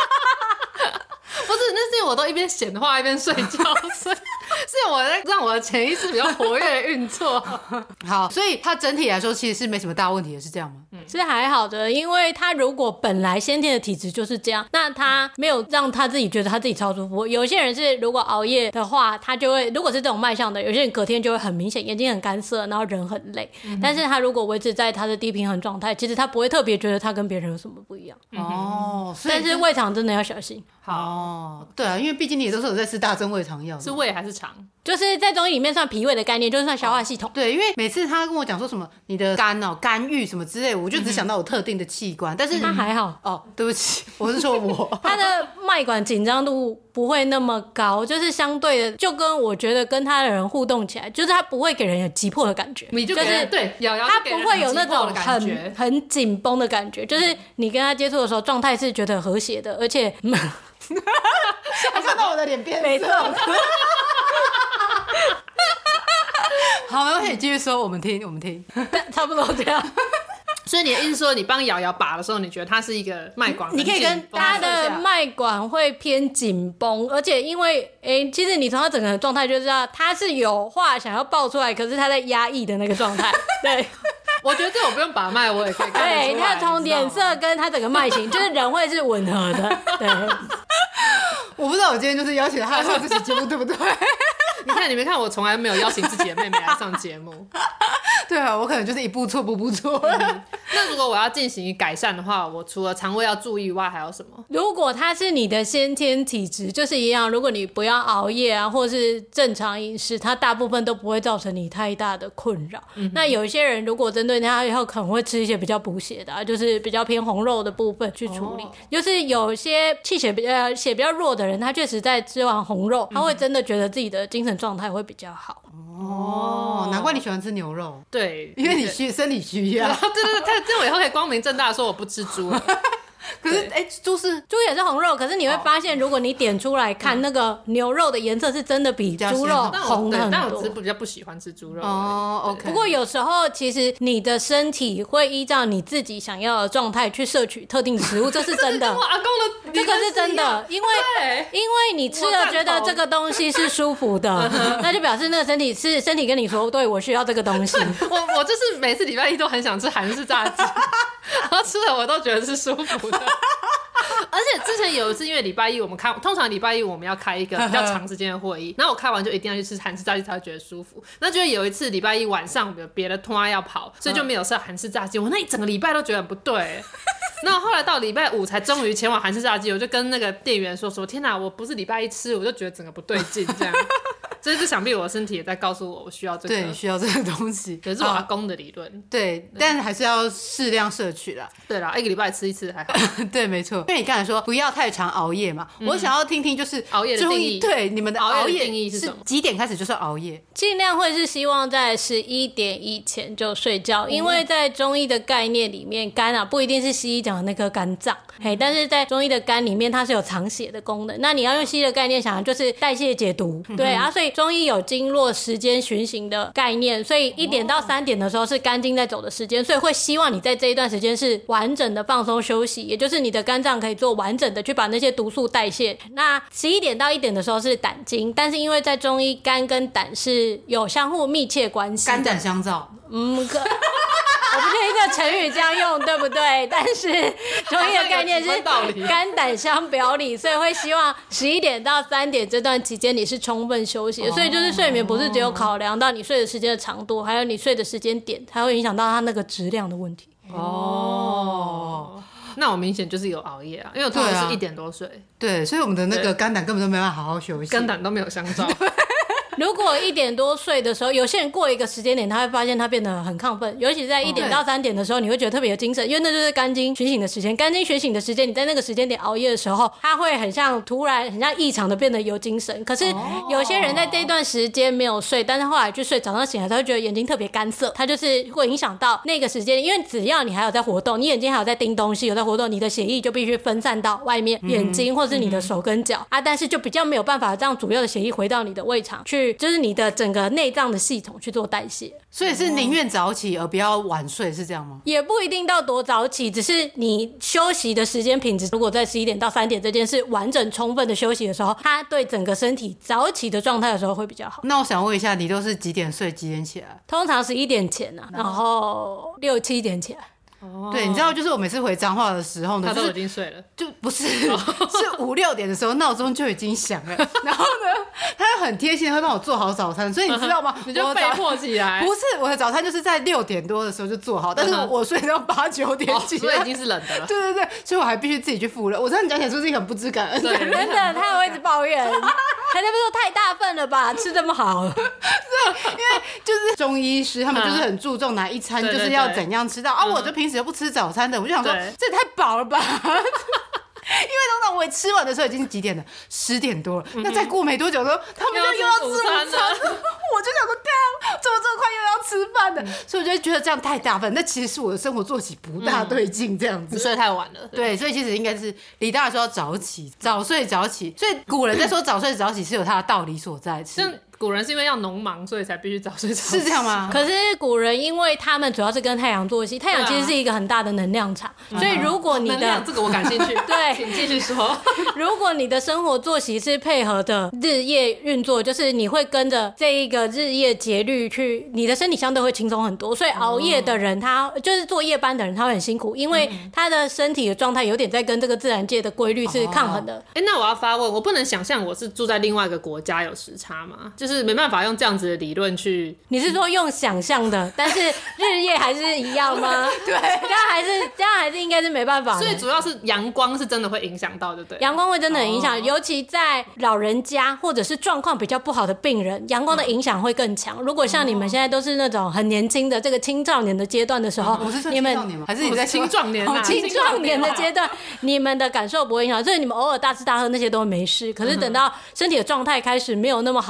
是，那是因为我都一边闲话一边睡觉，所以是我在让我的潜意识比较活跃运作。 好，所以它整体来说其实是没什么大问题的，是这样吗？ 是还好的，因为他如果本来先天的体质就是这样，那他没有让他自己觉得他自己超舒服。有些人是如果熬夜的话，他就会，如果是这种脉象的，有些人隔天就会很明显眼睛很干涩，然后人很累。但是他如果维持在他的低平衡状态，其实他不会特别觉得他跟别人有什么不一样。但是胃肠真的要小心。 对啊，因为毕竟你也都是有在吃大增胃肠药的。 是胃还是肠？ 就是在中医里面算脾胃的概念，就是算消化系统。 对，因为每次他跟我讲说什么你的肝郁什么之类，我就只想到有特定的器官，但是他还好。 对不起，我是说他的脉管紧张度不会那么高，就是相对的，就跟我觉得跟他的人互动起来，就是他不会给人有急迫的感觉， 就是对， 他不会有那种很紧绷的感觉，就是你跟他接触的时候状态是觉得和谐的，而且还看到我的脸变色。好，那可以继续说，我们听， 差不多这样。 所以你的意思说，你帮瑶瑶把的时候，你觉得它是一个脉管， 你可以跟他的脉管会偏紧绷，而且因为其实你从他整个状态就知道他是有话想要爆出来，可是他在压抑的那个状态。对， 我觉得这我不用把脉，我也可以看得出来。 对，他从脸色跟他整个脉型，就是人会是吻合的。对， 我不知道我今天就是邀请他来上这期节目，对不对？ 你看，你没看我从来没有邀请自己的妹妹来上节目。 对啊，我可能就是一步错步步错。 那如果我要进行改善的话，我除了肠胃要注意以外，还有什么？ 如果它是你的先天体质，就是一样，如果你不要熬夜啊，或是正常饮食，它大部分都不会造成你太大的困扰。那有一些人如果针对他以后可能会吃一些比较补血的就是比较偏红肉的部分去处理。就是有些气血血比较弱的人，他确实在吃完红肉，他会真的觉得自己的精神状态会比较好。 哦，难怪你喜欢吃牛肉， 对， 因为你身体需要。 对对对，这样我以后可以光明正大的说我不吃猪了。 可是猪也是红肉，可是你会发现，如果你点出来看，那个牛肉的颜色是真的比猪肉红很多。 但我只是比较不喜欢吃猪肉。 哦 ，OK。 不过有时候其实你的身体会依照你自己想要的状态去摄取特定的食物，这是真的。 我阿公的这个是真的，因为你吃了觉得这个东西是舒服的，那就表示那个身体跟你说，对，我需要这个东西。 我就是每次礼拜一都很想吃韩式炸鸡，然后吃了我都觉得是舒服的。而且之前有一次，因为礼拜一我们通常礼拜一我们要开一个比较长时间的会议，然后我开完就一定要去吃韩式炸鸡才会觉得舒服。那就有一次礼拜一晚上有别的团要跑，所以就没有吃韩式炸鸡。我那一整个礼拜都觉得很不对。那后来到礼拜五才终于前往韩式炸鸡，我就跟那个店员说天哪，我不是礼拜一吃，我就觉得整个不对劲这样。所以这想必我的身体也在告诉我需要这个， 对，需要这个东西， 可是我阿公的理论。 对，但还是要适量摄取啦。 对啦，一个礼拜吃一次还好。 对，没错。因为你刚才说不要太常熬夜嘛，我想要听听就是熬夜的定义。 对，你们的熬夜定义是什么？ 几点开始就是熬夜？ 尽量会是希望在11点以前就睡觉，因为在中医的概念里面，肝啊不一定是西医讲的那个肝脏，但是在中医的肝里面，它是有藏血的功能。那你要用西医的概念想，就是代谢解毒，对啊，所以中医有经络时间循行的概念，所以1点到3点的时候是肝经在走的时间，所以会希望你在这一段时间是完整的放松休息，也就是你的肝脏可以做完整的去把那些毒素代谢。那11点到1点的时候是胆经，但是因为在中医肝跟胆是有相互密切关系的， 肝胆相照。 我不确定这个成语这样用对不对，但是中医的概念是肝胆相表里，所以会希望11点到3点这段期间你是充分休息的，所以就是睡眠不是只有考量到你睡的时间的长度，还有你睡的时间点，才会影响到它那个质量的问题。 那我明显就是有熬夜啊，因为我通常是1点多睡。 对，所以我们的那个肝胆根本都没办法好好休息， 肝胆都没有相照。 如果1点多睡的时候，有些人过一个时间点，他会发现他变得很亢奋，尤其在1点到3点的时候，你会觉得特别有精神，因为那就是肝经巡醒的时间。肝经巡醒的时间，你在那个时间点熬夜的时候，他会突然很像异常的变得有精神。可是有些人在这一段时间没有睡，但是后来去睡，早上醒来他会觉得眼睛特别干涩，他就是会影响到那个时间，因为只要你还有在活动，你眼睛还有在盯东西，有在活动，你的血液就必须分散到外面，眼睛或是你的手跟脚啊，但是就比较没有办法这样主要的血液回到你的胃肠去，就是你的整个内脏的系统去做代谢。 所以是宁愿早起而不要晚睡，是这样吗？ 也不一定到多早起，只是你休息的时间品质，如果在11点到3点这件事完整充分的休息的时候，它对整个身体早起的状态的时候会比较好。 那我想问一下，你都是几点睡几点起来？ 通常11点前啊，然后6、7点起来。 对，你知道就是我每次回彰化的时候呢， 他都已经睡了， 就不是是5、6点的时候闹钟就已经响了，然后呢他又很贴心的会帮我做好早餐，所以你知道吗？ 你就被迫起来。 不是，我的早餐就是在6点多的时候就做好，但是我睡到8、9点起来， 所以已经是冷的了。 对对对，所以我还必须自己去付了。我真的讲起来说是一个很不知感恩的人， 真的，他还会一直抱怨，还在那边说太大份了吧，吃这么好。 因为就是中医师他们就是很注重哪一餐就是要怎样吃到啊，我就平时又不吃早餐的，我就想说这也太饱了吧。因为通常我吃完的时候已经是几点了？10点多了。那再过没多久的时候，他们就又要吃午餐了。我就想说，干，怎么这么快又要吃饭了？所以我就觉得这样太大份。那其实是我的生活作息不大对劲，这样子。 你睡太晚了。 对，所以其实应该是理大来说要早起，早睡早起。所以古人在说早睡早起是有他的道理所在。 古人是因为要农忙，所以才必须早睡早起， 是这样吗？ 可是古人因为他们主要是跟太阳作息，太阳其实是一个很大的能量场，所以如果你的这个我感兴趣， 对， 请继续说。 如果你的生活作息是配合的日夜运作，就是你会跟着这一个日夜节律去，你的身体相对会轻松很多。所以熬夜的人，他就是做夜班的人，他会很辛苦，因为他的身体的状态有点在跟这个自然界的规律是抗衡的。 那我要发问，我不能想象我是住在另外一个国家有时差吗？就是没办法用这样子的理论去。 你是说用想象的，但是日夜还是一样吗？ 对， 这样还是应该是没办法的。 所以主要是阳光是真的会影响到，对不对？ 阳光会真的很影响，尤其在老人家或者是状况比较不好的病人，阳光的影响会更强。如果像你们现在都是那种很年轻的这个青少年的阶段的时候， 我是青少年吗？还是你在青壮年啊？ 青壮年的阶段，你们的感受不会影响，所以你们偶尔大吃大喝那些都没事。可是等到身体的状态开始没有那么好的时候，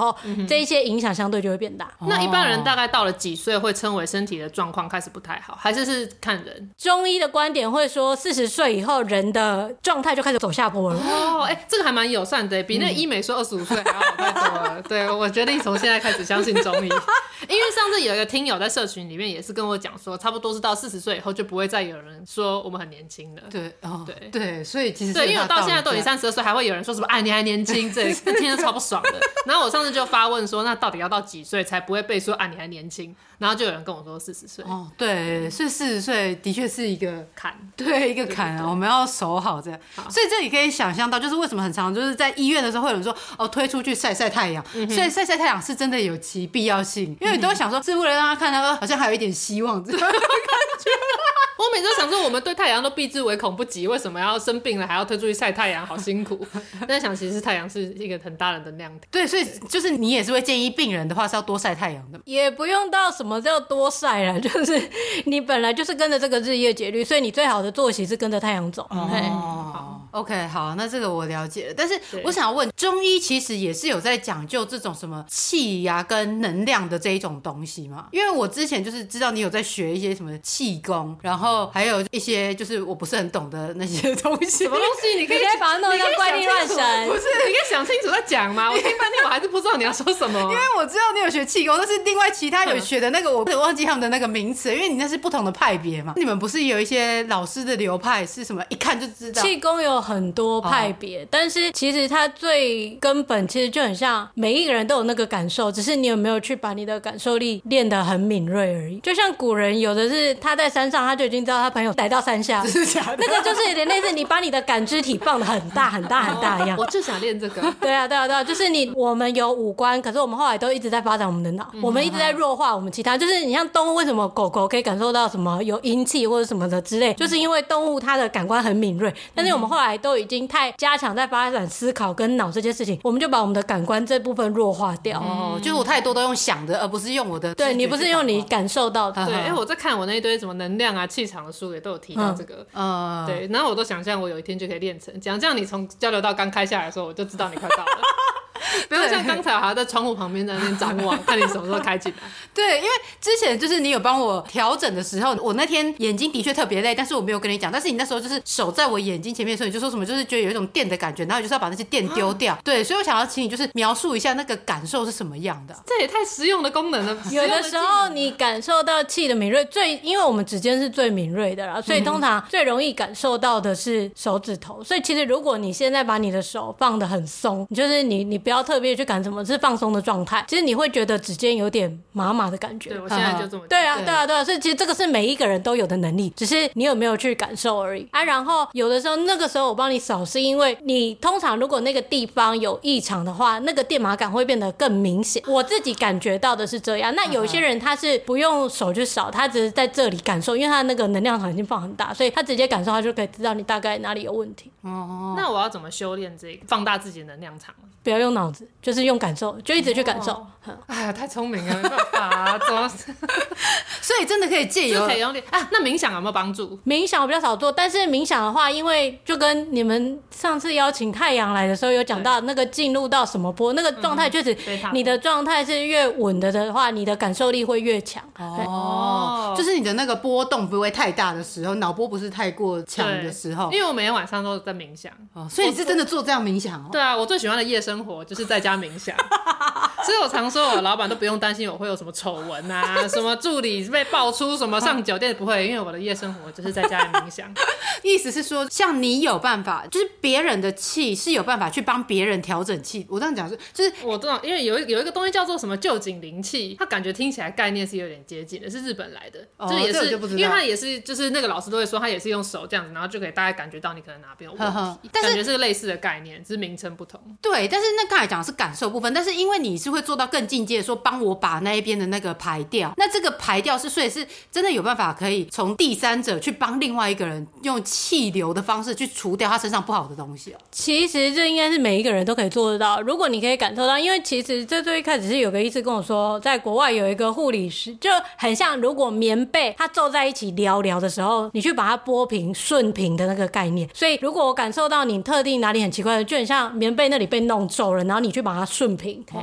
候，这一些影响相对就会变大。 那一般人大概到了几岁会称为身体的状况开始不太好，还是看人？ 中医的观点会说40岁以后人的状态就开始走下坡了。 哦，这个还蛮友善的，比那医美说25岁还要好太多了。对，我决定从现在开始相信中医，因为上次有一个听友在社群里面也是跟我讲说，差不多是到40岁以后就不会再有人说我们很年轻了。 对， 对对，所以其实对，因为我到现在都已经32岁，还会有人说什么你还年轻，这听着超不爽的。然后我上次就发问说，那到底要到几岁才不会被说你还年轻？然后就有人跟我说40岁。 哦，对，所以40岁的确是一个坎， 对，一个坎啊，我们要守好这样。所以这里可以想象到，就是为什么很常就是在医院的时候会有人说推出去晒晒太阳，所以晒晒太阳是真的有其必要性，因为你都会想说是为了让他看到好像还有一点希望这种感觉。 我每次都想说，我们对太阳都避之唯恐不及，为什么要生病了还要推出去晒太阳，好辛苦。但想其实太阳是一个很大的能量体。 对，所以就是你也是会建议病人的话是要多晒太阳的， 也不用到什么叫多晒啦，就是你本来就是跟着这个日夜节律，所以你最好的作息是跟着太阳走。 哦，OK， 好，那这个我了解了。但是我想要问，中医其实也是有在讲究这种什么气呀跟能量的这一种东西吗？因为我之前就是知道你有在学一些什么气功，然后还有一些就是我不是很懂的那些东西。 什么东西？你可以把它弄得像怪力乱神。 不是，你可以想清楚再讲吗？我听半天我还是不知道你要说什么。 因为我知道你有学气功，但是另外其他有学的那个我忘记他们的那个名词，因为你那是不同的派别嘛。你们不是有一些老师的流派是什么？一看就知道。 气功有很多派别，但是其实它最根本其实就很像每一个人都有那个感受，只是你有没有去把你的感受力练得很敏锐而已。就像古人有的是他在山上他就已经知道他朋友来到山下， 真的假的？ 那个就是有点类似你把你的感知体放得很大很大很大一样。 我就想练这个。 对啊，就是我们有五官，可是我们后来都一直在发展我们的脑，我们一直在弱化我们其他。就是你像动物，为什么狗狗可以感受到什么有阴气或者什么的之类，就是因为动物它的感官很敏锐，但是我们后来都已经太加强在发展思考跟脑这件事情，我们就把我们的感官这部分弱化掉。 就是我太多都用想的，而不是用我的。 对，你不是用你感受到的。 对，因为我在看我那一堆什么能量啊、气场的书，也都有提到这个。对，然后我都想象我有一天就可以练成这样。这样你从交流道刚开下来的时候，我就知道你快到了。不用像刚才还要在窗户旁边在那边张望，看你什么时候开进来。 对，因为之前就是你有帮我调整的时候，我那天眼睛的确特别累，但是我没有跟你讲。但是你那时候就是手在我眼睛前面的时候，你就说什么，就是觉得有一种电的感觉，然后你就是要把那些电丢掉。对，所以我想要请你就是描述一下那个感受是什么样的。 这也太实用的功能了。 有的时候你感受到气的敏锐，因为我们指尖是最敏锐的啦，所以通常最容易感受到的是手指头。所以其实如果你现在把你的手放得很松，就是你不要特别去感什么是放松的状态，其实你会觉得指尖有点麻麻的感觉。 对，我现在就这么对啊，所以其实这个是每一个人都有的能力，只是你有没有去感受而已啊。然后有的时候那个时候我帮你扫，是因为你通常如果那个地方有异常的话，那个电麻感会变得更明显。我自己感觉到的是这样。那有些人他是不用手去扫，他只是在这里感受，因为他那个能量场已经放很大，所以他直接感受，他就可以知道你大概哪里有问题。 那我要怎么修炼这个放大自己的能量场？ 不要用脑子，就是用感受，就一直去感受。 哎呀，太聪明了，没办法，怎么？ 所以真的可以借由就可以用力啊。那冥想有没有帮助？ 冥想我比较少做，但是冥想的话，因为就跟你们上次邀请太阳来的时候有讲到，那个进入到什么波，那个状态确实，你的状态是越稳的话，你的感受力会越强。 就是你的那个波动不会太大的时候，脑波不是太过强的时候。 因为我每天晚上都在冥想， 所以你是真的做这样冥想哦？ 对啊，我最喜欢的夜生活就是在家冥想。所以我常说我老板都不用担心我会有什么丑闻啊，什么助理被爆出什么上酒店，不会，因为我的夜生活就是在家里冥想。 意思是说，像你有办法，就是别人的气是有办法去帮别人调整气。我这样讲是，就是我知道，因为有一个东西叫做什么臼井灵气，它感觉听起来概念是有点接近的，是日本来的，就是也是，因为它也是就是那个老师都会说，他也是用手这样子，然后就可以大概感觉到你可能哪边有问题，但是感觉是类似的概念，只是名称不同。 对，但是那刚才讲的是感受部分，但是因为你是会做到更进阶的，说帮我把那一边的那个排掉，那这个排掉是所以是真的有办法可以从第三者去帮另外一个人用气流的方式去除掉他身上不好的东西哦。 其实这应该是每一个人都可以做得到，如果你可以感受到，因为其实这最一开始是有个医师跟我说，在国外有一个护理师，就很像如果棉被它皱在一起聊聊的时候，你去把它拨平顺平的那个概念。所以如果我感受到你特定哪里很奇怪的，就很像棉被那里被弄皱了，然后你去把它顺平，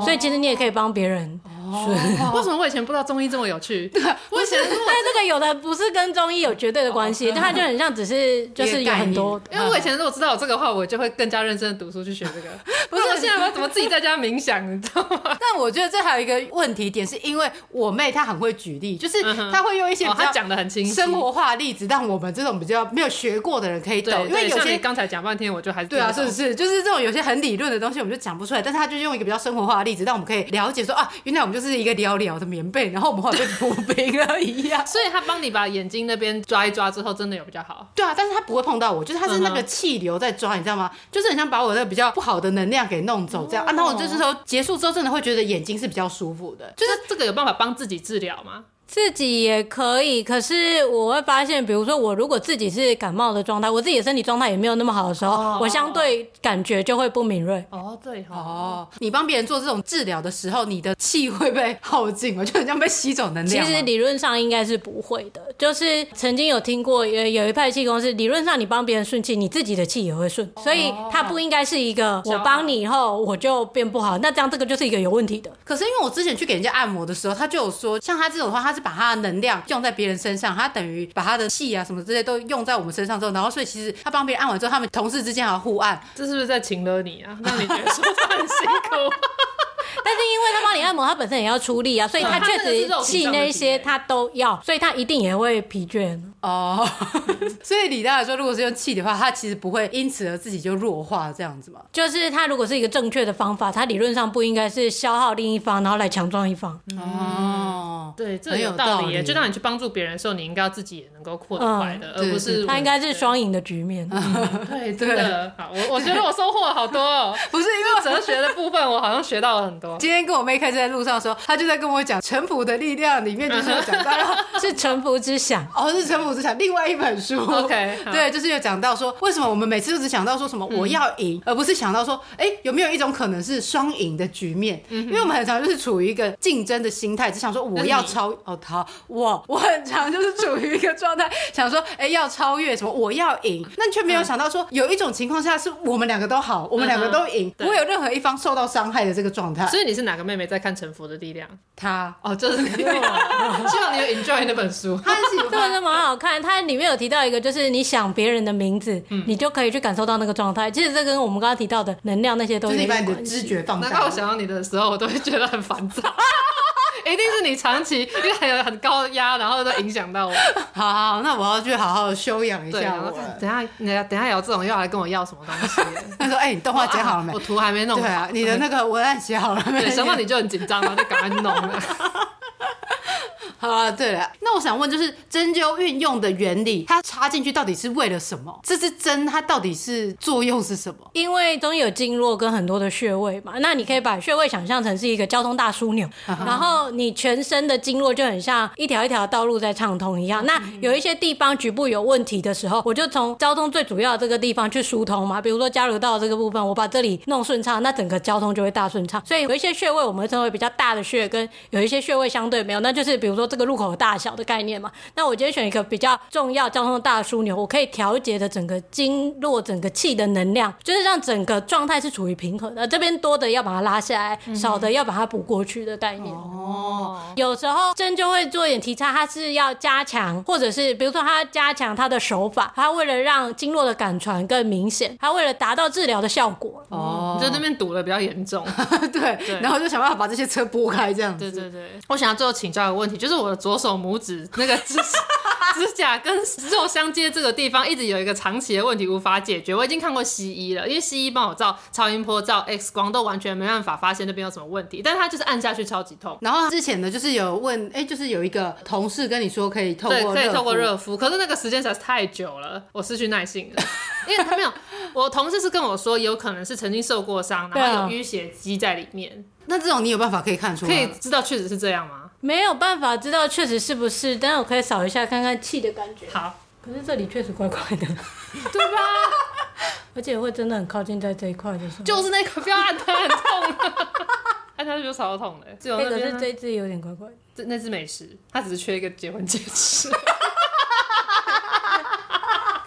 所以其实你也可以帮别人。 为什么我以前不知道中医这么有趣？我以前但这个有的不是跟中医有绝对的关系，但它就很像只是就是有很多。 因为我以前如果知道有这个话，我就会更加认真的读书去学这个。不是，我现在我要怎么自己在家冥想，你知道吗？ 但我觉得这还有一个问题点，是因为我妹她很会举例，就是她会用一些比较她讲的很清晰生活化的例子，让我们这种比较没有学过的人可以懂。因为有些你刚才讲半天，我就还是对啊，是不是？就是这种有些很理论的东西，我们就讲不出来，但是她就用一个比较生活化的例子，让我们可以了解说啊，原来我们就是一个聊聊的棉被，然后我们后来被铺平了一样。 所以他帮你把眼睛那边抓一抓之后，真的有比较好。 对啊，但是他不会碰到我，就是他是那个气流在抓，你知道吗？就是很像把我那个比较不好的能量给弄走这样。然后我这时候结束之后，真的会觉得眼睛是比较舒服的。 就是这个有办法帮自己治疗吗？ 自己也可以，可是我会发现，比如说我如果自己是感冒的状态，我自己的身体状态也没有那么好的时候，我相对感觉就会不敏锐。 对你帮别人做这种治疗的时候，你的气会被耗尽吗？就很像被吸走能量吗？ 其实理论上应该是不会的，就是曾经有听过有一派气功是理论上你帮别人顺气，你自己的气也会顺，所以它不应该是一个我帮你以后我就变不好，那这样这个就是一个有问题的。 可是因为我之前去给人家按摩的时候，他就有说，像他这种的话，他是把他的能量用在别人身上，他等于把他的气啊什么这些都用在我们身上之后，然后所以其实他帮别人按完之后，他们同事之间还要互按， 这是不是在请了你啊？让你觉得说他很辛苦？ 但是因为他帮你按摩，他本身也要出力啊，所以他确实气那些他都要，所以他一定也会疲倦。 所以理大来说，如果是用气的话，他其实不会因此而自己就弱化这样子嘛。 就是他如果是一个正确的方法，他理论上不应该是消耗另一方，然后来强壮一方。 对，这有道理耶。就让你去帮助别人的时候，你应该要自己也能够扩得快的，而不是他应该是双赢的局面。 对，真的。好，我觉得我收获了好多哦。 不是因为哲学的部分，我好像学到了很多。 今天跟我妹开车在路上的时候，她就在跟我讲《臣服的力量》里面就是有讲到是臣服之想是臣服之想，另外一本书。 OK， 对，就是有讲到说，为什么我们每次都只想到说什么我要赢，而不是想到说，有没有一种可能是双赢的局面？因为我们很常就是处于一个竞争的心态，只想说我要我很常就是处于一个状态，想说要超越什么，我要赢，那却没有想到说有一种情况下是我们两个都好，我们两个都赢，不会有任何一方受到伤害的这个状态。 所以你是哪个妹妹在看《臣服的力量》？ 她就是你。希望你有 enjoy 那本书。 她喜欢， 这个是蛮好看。它里面有提到一个，就是你想别人的名字，你就可以去感受到那个状态。其实这跟我们刚刚提到的能量那些都有就是关系。 你把你的知觉放大。 难怪我想到你的时候，我都会觉得很烦躁。一定是你长期因为很高压，然后都影响到我。 好，那我要去好好修养一下我。 等一下有这种又要来跟我要什么东西？ 他说：“你动画剪好了没？ 我图还没弄好。 对啊，你的那个文案写好了没？” 对，想到你就很紧张，然后就赶快弄了。 好啊，对了，那我想问，就是针灸运用的原理，它插进去到底是为了什么？这支针它到底是作用是什么？ 因为中医有经络跟很多的穴位嘛，那你可以把穴位想象成是一个交通大枢纽，然后你全身的经络就很像一条一条道路在畅通一样。那有一些地方局部有问题的时候，我就从交通最主要的这个地方去疏通嘛，比如说交流道这个部分，我把这里弄顺畅，那整个交通就会大顺畅。所以有一些穴位我们会称为比较大的穴，跟有一些穴位相对没有，那就是比如说这个入口的大小的概念嘛。那我今天选一个比较重要交通大枢纽，我可以调节的整个经络整个气的能量，就是让整个状态是处于平衡的，这边多的要把它拉下来，少的要把它补过去的概念。有时候针灸会做一点提倡，它是要加强，或者是比如说它加强它的手法，它为了让经络的感传更明显，它为了达到治疗的效果。 你在那边堵的比较严重。 对，然后就想办法把这些车拨开这样子。 对，我想要最后请教一个问题，就是我的左手拇指那个指甲跟肉相接这个地方一直有一个长期的问题无法解决。我已经看过西医了，因为西医帮我照超音波、照 X 光都完全没办法发现那边有什么问题，但是他就是按下去超级痛。 然后之前呢，就是有问，就是有一个同事跟你说可以透过热敷， 可是那个时间实在是太久了，我失去耐性了。因为他没有，我同事是跟我说有可能是曾经受过伤，然后有淤血积在里面。 那这种你有办法可以看出来， 可以知道确实是这样吗？ 没有办法知道确实是不是，但是我可以扫一下看看气的感觉。 好， 可是这里确实怪怪的， 对吧？ 而且会真的很靠近在这一块的时候， 就是那个不要按它，很痛。按它就超痛的。只有那边可是这只有点怪怪的。 那只美食，它只是缺一个结婚戒指。 这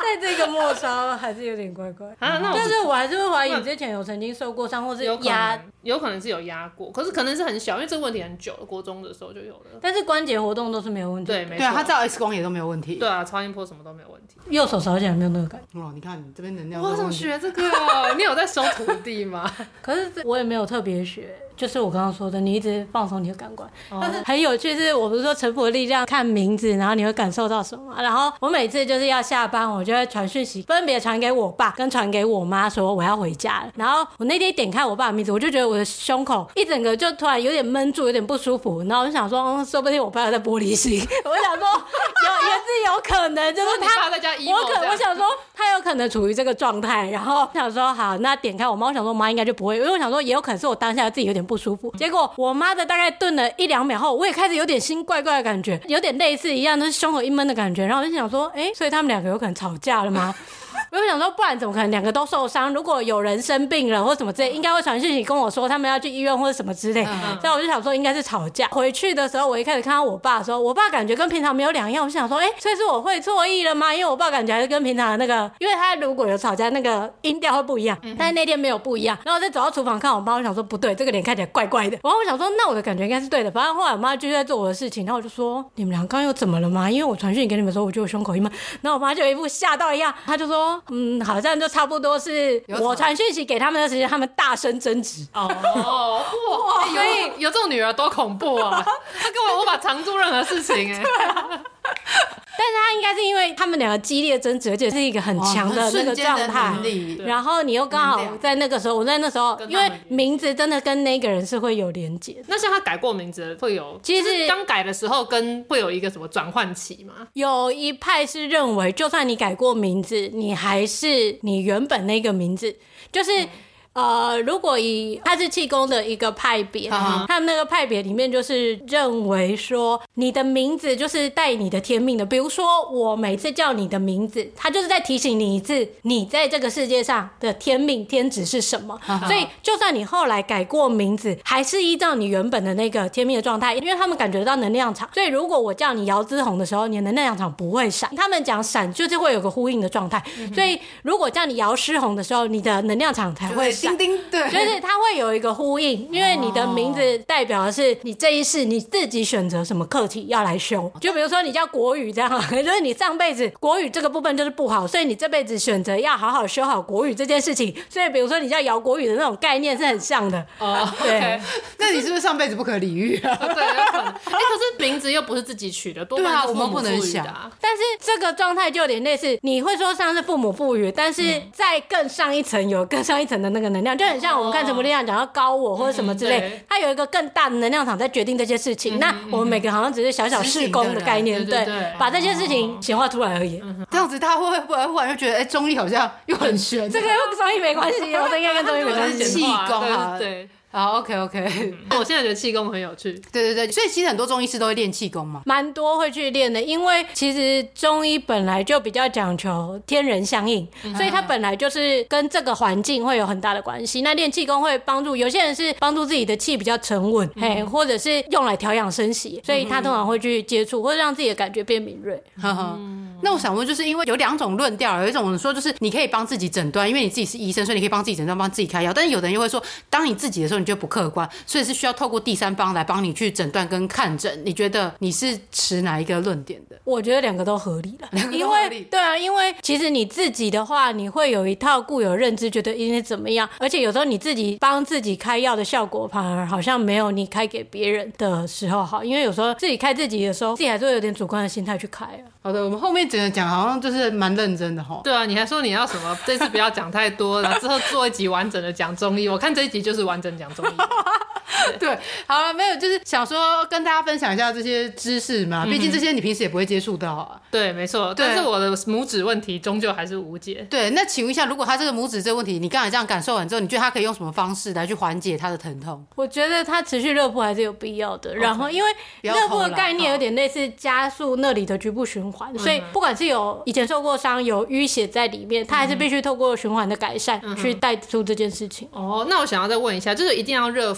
在这个末梢还是有点怪怪啊。那但是我还是会怀疑你之前有曾经受过伤，或是压， 有可能是有压过，可是可能是很小，因为这个问题很久了，国中的时候就有了。 但是关节活动都是没有问题的。 对，没错。 对啊，他照 X 光也都没有问题。 对啊，超音波什么都没有问题。 右手扫起来没有那个感觉。 哦，你看你这边能量。 我想学这个哦，你有在收徒弟吗？ 可是我也没有特别学。就是我刚刚说的，你一直放松你的感官，但是很有趣是，我不是说臣服的力量看名字，然后你会感受到什么？然后我每次就是要下班，我就会传讯息，分别传给我爸跟传给我妈说我要回家了。然后我那天点开我爸的名字，我就觉得我的胸口一整个就突然有点闷住，有点不舒服。然后我就想说，说不定我爸有在玻璃心。我想说也是有可能，就是他在家 emo 我想说他有可能处于这个状态。然后想说好，那点开我妈，我想说我妈应该就不会，因为我想说也有可能是我当下自己有点不舒服。结果我妈的大概顿了1-2秒后，我也开始有点心怪怪的感觉，有点类似一样，就是胸口一闷的感觉。然后我就想说，所以他们两个有可能吵架了吗？我就想说，不然怎么可能两个都受伤？如果有人生病了或什么之类，应该会传讯息跟我说他们要去医院或者什么之类。所以我就想说应该是吵架。回去的时候，我一开始看到我爸的时候，我爸感觉跟平常没有两样。我就想说，所以是我会错意了吗？因为我爸感觉还是跟平常的那个，因为他如果有吵架，那个音调会不一样，但是那天没有不一样。然后我再走到厨房看我妈，我想说不对，这个脸看起来怪怪的。然后我想说，那我的感觉应该是对的。反正后来我妈就在做我的事情，然后我就说你们俩刚又怎么了吗？因为我传讯给你们说，我觉得我胸口一闷。然后我妈就一副吓到一样，她就说好像就差不多是我传讯息给他们的时间，他们大声争执。 哇，所以有这种女儿多恐怖啊！她根本无法藏住任何事情对啊。但是他应该是因为他们两个激烈争执，而且是一个很强的那个状态，然后你又刚好在那个时候，我在那时候，因为名字真的跟那个人是会有连结。 那像他改过名字会有，其实刚改的时候跟会有一个什么转换期吗？ 有一派是认为，就算你改过名字，你还是你原本那个名字，就是。如果以他是气功的一个派别，他们那个派别里面就是认为说，你的名字就是带你的天命的。比如说，我每次叫你的名字，他就是在提醒你一次，你在这个世界上的天命天职是什么。所以，就算你后来改过名字，还是依照你原本的那个天命的状态，因为他们感觉到能量场。所以，如果我叫你姚之红的时候，你的能量场不会闪。他们讲闪就是会有个呼应的状态。所以，如果叫你姚诗红的时候，你的能量场才会闪。 对， 就是它会有一个呼应，因为你的名字代表的是你这一世你自己选择什么课题要来修。就比如说你叫国语这样，就是你上辈子国语这个部分就是不好，所以你这辈子选择要好好修好国语这件事情。所以比如说你叫姚国语的那种概念是很像的。 对， 那你是不是上辈子不可理喻啊？ 对，有可能。可是名字又不是自己取的，多半是父母赋予的。 但是这个状态就有点类似，你会说像是父母赋予，但是在更上一层有更上一层的那个能量，就很像我们看什么力量讲到高我或者什么之类，它有一个更大的能量场在决定这些事情。那我们每个好像只是小小事工的概念，对，把这些事情显化出来而已。 这样子他会不会忽然就觉得，中医好像又很玄？ 这个跟中医没关系，我这应该跟中医没关系。 气功啊， 对。 好 ，OK， 我现在觉得气功很有趣。 对，所以其实很多中医师都会练气功嘛， 蛮多会去练的，因为其实中医本来就比较讲求天人相应，所以它本来就是跟这个环境会有很大的关系。那练气功会帮助有些人是帮助自己的气比较沉稳，或者是用来调养生息，所以他通常会去接触，或者让自己的感觉变敏锐。 那我想问，就是因为有2种论调，有一种说就是你可以帮自己诊断，因为你自己是医生，所以你可以帮自己诊断，帮自己开药。但是有的人又会说，当你自己的时候，你觉得不客观，所以是需要透过第三方来帮你去诊断跟看诊。你觉得你是持哪一个论点的？ 我觉得2个都合理了，因为对啊，因为其实你自己的话，你会有一套固有认知，觉得应该怎么样，而且有时候你自己帮自己开药的效果反而好像没有你开给别人的时候好，因为有时候自己开自己的时候，自己还是会有点主观的心态去开啊。 好的，我们后面整个讲好像就是蛮认真的齁。 对啊，你还说你要什么？这次不要讲太多了，之后做一集完整的讲中医。我看这一集就是完整讲中医。 对，好了，没有，就是想说跟大家分享一下这些知识嘛，毕竟这些你平时也不会接触到啊。 对，没错。但是我的拇指问题终究还是无解。 对，那请问一下，如果他这个拇指这个问题，你刚才这样感受完之后，你觉得他可以用什么方式来去缓解他的疼痛？ 我觉得他持续热敷还是有必要的。然后，因为热敷的概念有点类似加速那里的局部循环，所以不管是有以前受过伤、有淤血在里面，他还是必须透过循环的改善去带出这件事情。 哦，那我想要再问一下，就是一定要热敷的吗？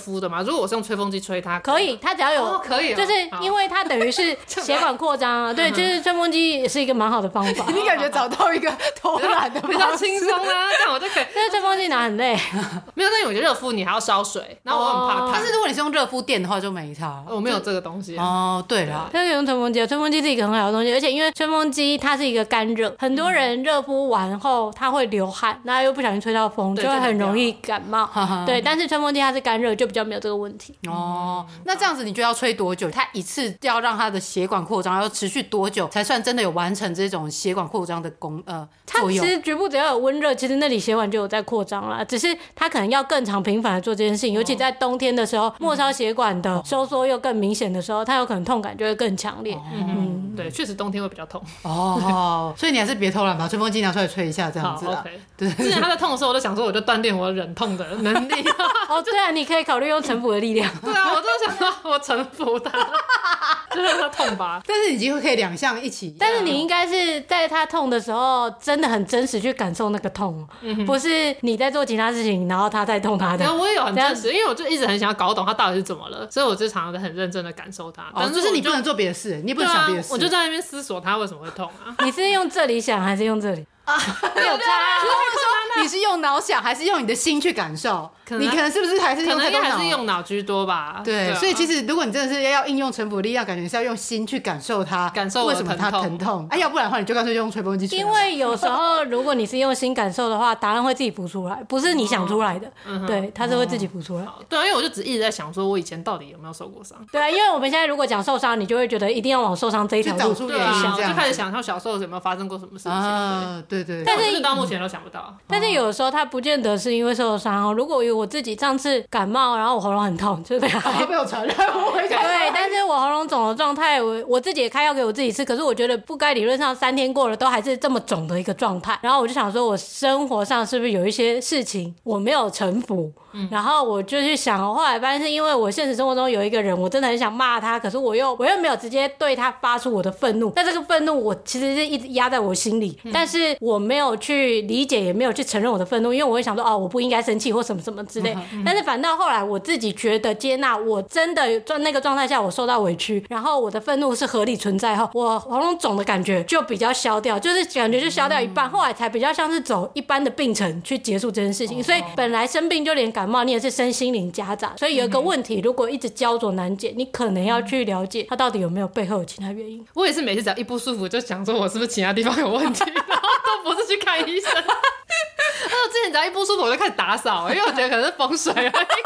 吗？如果我是用吹风机吹它， 可以，它只要有可以， 就是因为它等于是血管扩张啊，对，就是吹风机也是一个蛮好的方法。 你感觉找到一个偷懒的比较轻松啊，这样我就可以。 但是吹风机拿很累， 没有，但我觉得热敷你还要烧水，然后我很怕烫。 但是如果你是用热敷垫的话就没差， 我没有这个东西。 哦，对了， 但是用吹风机，吹风机是一个很好的东西，而且因为吹风机它是一个干热，很多人热敷完后它会流汗，那又不小心吹到风，就会很容易感冒。对，但是吹风机它是干热，就比较没有这个问题。 哦，那这样子你就要吹多久？它一次要让它的血管扩张要持续多久才算真的有完成这种血管扩张的作用？ 它其实局部只要有温热，其实那里血管就有在扩张啦，只是它可能要更常频繁的做这件事情，尤其在冬天的时候，末梢血管的收缩又更明显的时候，它有可能痛感就会更强烈。 对，确实冬天会比较痛。 哦，所以你还是别偷懒，把吹风机拿出来吹一下，这样子。 OK。对，之前他在痛的时候，我就想说，我就锻炼我忍痛的能力。 哦，对啊，你可以考虑用臣服的力量。 对啊，我就想说我臣服他，就让他痛吧。 但是你几乎可以两项一起。 但是你应该是在他痛的时候，真的很真实去感受那个痛，不是你在做其他事情，然后他在痛他的。 然后我也有很真实，因为我就一直很想要搞懂他到底是怎么了，所以我就常常很认真的感受他。但是就是你不能做别的事，你不能想别的事。 我就在那边思索他为什么会痛啊。 你是用这里想还是用这里？ 没有差。你是用脑想还是用你的心去感受？你可能是不是还是用太多脑？ 可能还是用脑居多吧。 对，所以其实如果你真的是要应用臣服力量，感觉是要用心去感受它， 感受为什么它疼痛。要不然的话，你就干脆用吹风机吹。 因为有时候如果你是用心感受的话，答案会自己浮出来，不是你想出来的。对，它是会自己浮出来。 对啊，因为我就一直在想说，我以前到底有没有受过伤？ 对啊，因为我们现在如果讲受伤，你就会觉得一定要往受伤这一条路去找出原因， 就开始想他小时候有没有发生过什么事情啊？对。 但是到目前都想不到。 但是有时候它不见得是因为受伤哦。如果我自己上次感冒，然后我喉咙很痛，就被我传染， 对，但是我喉咙肿的状态，我自己也开药给我自己吃，可是我觉得不该理论上3天过了都还是这么肿的一个状态。然后我就想说，我生活上是不是有一些事情我没有臣服？然后我就去想，后来发现是因为我现实生活中有一个人，我真的很想骂他，可是我又没有直接对他发出我的愤怒，但这个愤怒我其实是一直压在我心里，但是我没有去理解，也没有去承认我的愤怒，因为我会想说我不应该生气或什么什么之类。但是反倒后来我自己觉得接纳，我真的在那个状态下我受到委屈，然后我的愤怒是合理存在后，我喉咙肿的感觉就比较消掉，就是感觉就消掉一半，后来才比较像是走一般的病程去结束这件事情。所以本来生病就连感冒你也是身心灵夹杂，所以有一个问题如果一直焦灼难解，你可能要去了解它到底有没有背后有其他原因。 我也是每次只要一不舒服就想说我是不是其他地方有问题，然后都不是去看医生。我之前只要一不舒服我就开始打扫，因为我觉得可能是风水而已。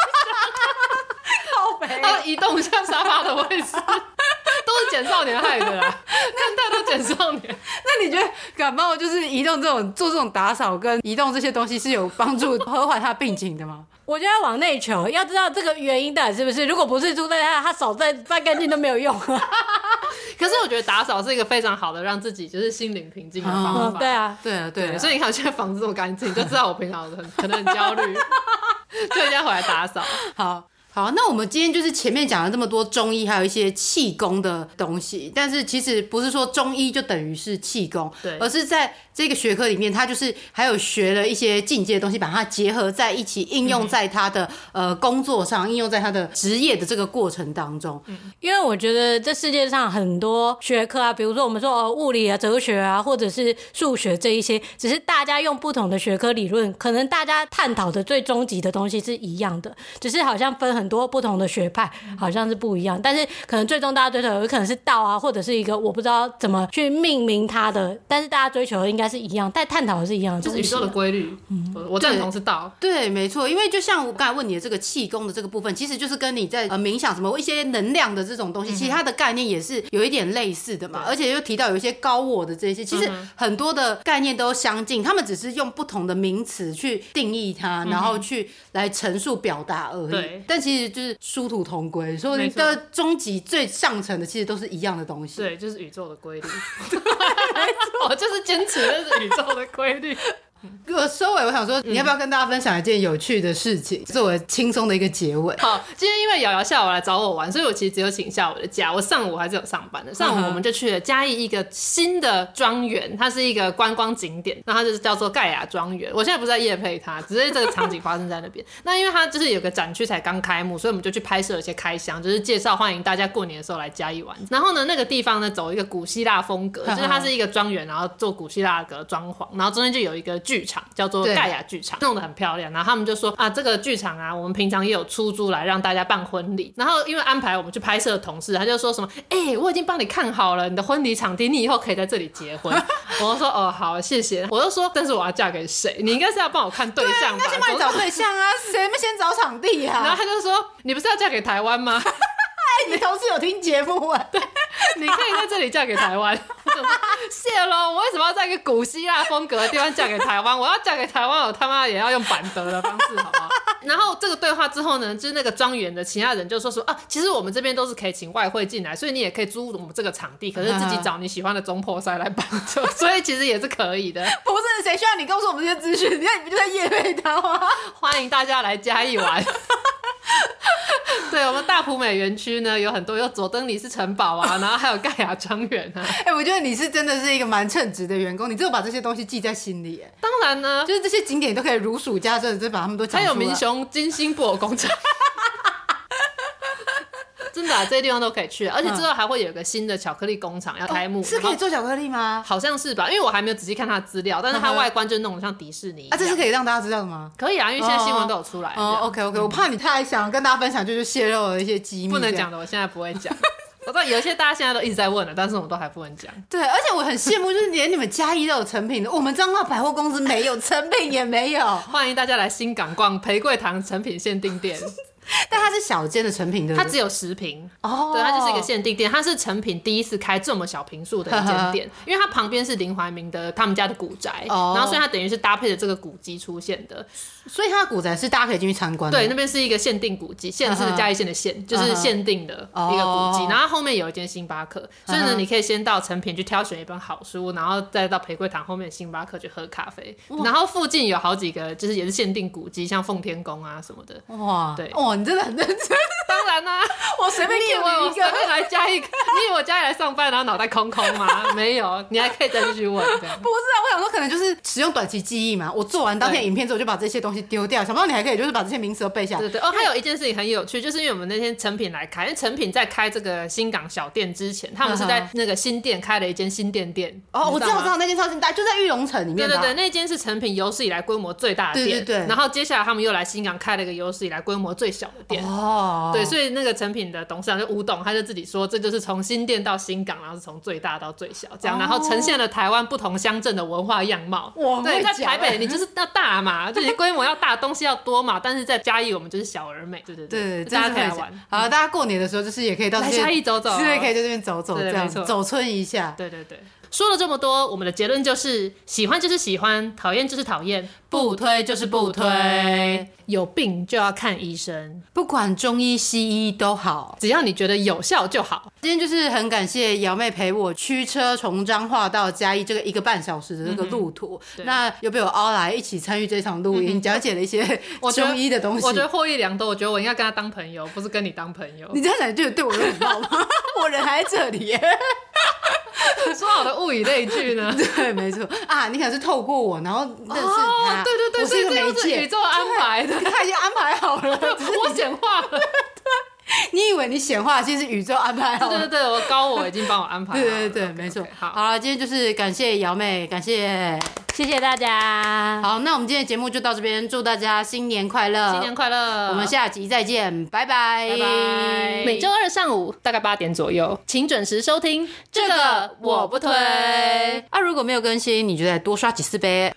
靠北， 还有移动一下沙发的位置，都是简少年害的啦，看太多简少年。 那你觉得感冒就是移动做这种打扫跟移动这些东西是有帮助和缓他病情的吗？ 我觉得要往内求，要知道这个原因到底是不是。如果不是出在他手再干净都没有用。 可是我觉得打扫是一个非常好的让自己就是心灵平静的方法。 对啊， 对，所以你看我现在房子这么干净，就知道我平常可能很焦虑，就一定要回来打扫。 好，那我们今天就是前面讲了这么多中医，还有一些气功的东西，但是其实不是说中医就等于是气功， 对， 而是在这个学科里面，它就是还有学了一些进阶的东西，把它结合在一起，应用在他的工作上，应用在他的职业的这个过程当中。 因为我觉得这世界上很多学科啊，比如说我们说物理啊、哲学啊，或者是数学这一些，只是大家用不同的学科理论，可能大家探讨的最终极的东西是一样的，只是好像分很多不同的学派，好像是不一样，但是可能最终大家追求有可能是道啊，或者是一个我不知道怎么去命名它的，但是大家追求的应该是一样，但探讨的是一样的东西， 就是宇宙的规律。我赞同是道。 对，没错，因为就像我刚才问你的这个气功的这个部分，其实就是跟你在冥想什么一些能量的这种东西，其实它的概念也是有一点类似的嘛，而且又提到有一些高我的这些，其实很多的概念都相近，他们只是用不同的名词去定义它，然后去来陈述表达而已。但其实就是殊途同归，所以你的终极最上层的其实都是一样的东西。 对，就是宇宙的规律。我就是坚持那是宇宙的规律。 收尾我想说，你要不要跟大家分享一件有趣的事情，作为轻松的一个结尾？ 好，今天因为瑶瑶下午来找我玩，所以我其实只有请下午的假，我上午还是有上班的。上午我们就去了嘉义一个新的庄园，它是一个观光景点，那它就是叫做盖亚庄园。我现在不是在业配它，只是这个场景发生在那边。那因为它就是有个展区才刚开幕，所以我们就去拍摄一些开箱，就是介绍欢迎大家过年的时候来嘉义玩。然后呢，那个地方呢走一个古希腊风格，就是它是一个庄园，然后做古希腊的装潢，然后中间就有一个剧场叫做盖亚剧场，弄得很漂亮。然后他们就说啊，这个剧场啊，我们平常也有出租来让大家办婚礼。然后因为安排我们去拍摄的同事，他就说什么，我已经帮你看好了你的婚礼场地，你以后可以在这里结婚。我就说哦好，谢谢。我就说，但是我要嫁给谁？你应该是要帮我看对象吧？ 对啊，应该先帮你找对象啊，谁没先找场地啊？ 然后他就说，你不是要嫁给台湾吗？ 你同事有听节目啊？ 对，你可以在这里嫁给台湾。谢咯，我为什么要在一个古希腊风格的地方嫁给台湾？我要嫁给台湾，我他妈也要用板德的方式，好不好？然后这个对话之后呢，就是那个庄园的其他人就说啊，其实我们这边都是可以请外汇进来，所以你也可以租我们这个场地，可是自己找你喜欢的中破塞来办，所以其实也是可以的。 不是，谁需要你告诉我们这些资讯？你看你不就在业配他吗？ 欢迎大家来嘉义玩。对，我们大埔美园区呢有很多，有佐登尼斯城堡啊，然后还有盖亚庄园啊。 我觉得你是真的是一个蛮称职的员工，你只有把这些东西记在心里。 当然呢， 就是这些景点都可以如数家珍，就把他们都讲出来。 还有民雄金星布偶工厂。真的啊，这些地方都可以去，而且之后还会有一个新的巧克力工厂要开幕。 是可以做巧克力吗？ 好像是吧，因为我还没有仔细看它的资料，但是它外观就弄得像迪士尼一样。 这是可以让大家知道的吗？ 可以啊，因为现在新闻都有出来。 OK， 我怕你太想跟大家分享，就是泄露了一些机密。 不能讲的，我现在不会讲。我知道有些大家现在都一直在问了，但是我们都还不能讲。 对，而且我很羡慕，就是连你们嘉义都有成品的，我们彰化百货公司没有，成品也没有。 欢迎大家来新港逛培贵堂成品限定店。 但它是小间的成品，对不对？ 它只有10坪哦，对，它就是一个限定店，它是成品第一次开这么小坪数的一间店，因为它旁边是林怀民的他们家的古宅，然后所以它等于是搭配着这个古迹出现的， 所以它的古宅是大家可以进去参观的。 对，那边是一个限定古迹，县是嘉义县的县，就是限定的一个古迹，然后后面有一间星巴克，所以呢，你可以先到成品去挑选一本好书，然后再到培贵堂后面的星巴克去喝咖啡，然后附近有好几个就是也是限定古迹，像奉天宫啊什么的。 哇， 对， 你真的很认真。 当然啦， 我随便 cue 你一个， 随便来加一个。你以为我嘉义来上班，然后脑袋空空吗？没有，你还可以再继续问。不是啊，我想说可能就是使用短期记忆嘛。我做完当天影片之后就把这些东西丢掉，想不到你还可以就是把这些名词都背下来。 对，还有一件事情很有趣，就是因为我们那天成品来开，因为成品在开这个新港小店之前，他们是在那个新店开了一间新店。 我知道那间超新大，就在玉龙城里面。 对，那间是成品有史以来规模最大的店。对。然后接下来他们又来新港开了一个有史以来规模最小的店。对，所以那个成品的董事长就吴董，他就自己说，这就是从新店到新港，然后是从最大到最小这样，然后呈现了台湾不同乡镇的文化样貌。对，在台北你就是要大嘛，就你规模要大，东西要多嘛，但是在嘉义我们就是小而美。对，大家可以来玩。 好，大家过年的时候就是也可以到来嘉义走走， 是可以在这边走走，这样走村一下。 对。说了这么多，我们的结论就是喜欢就是喜欢，讨厌就是讨厌，不推就是不推。有病就要看医生， 不管中医西医都好， 只要你觉得有效就好。 今天就是很感谢瑶妹陪我驱车从彰化到嘉义这个1个半小时的这个路途，那又被我凹来一起参与这场录音，讲解了一些中医的东西。 我觉得获益良多，我觉得我应该跟他当朋友，不是跟你当朋友。 你这样讲就对我有礼貌吗？我人还在这里耶。 说好的物以类聚呢？ 对，没错啊，你可能是透过我，然后认识他。 对， 我是一个媒介， 宇宙安排的， 他已经安排好了， 只是我显化了。 你以为你显化，其实是宇宙安排好了。 对，我高我已经帮我安排好了。 对，没错。好了，今天就是感谢瑶妹，感谢大家。 好，那我们今天的节目就到这边，祝大家新年快乐， 新年快乐！ 我们下集再见，拜拜。 每周2上午大概8点左右，请准时收听。这个我不推。 如果没有更新，你就再多刷几次呗。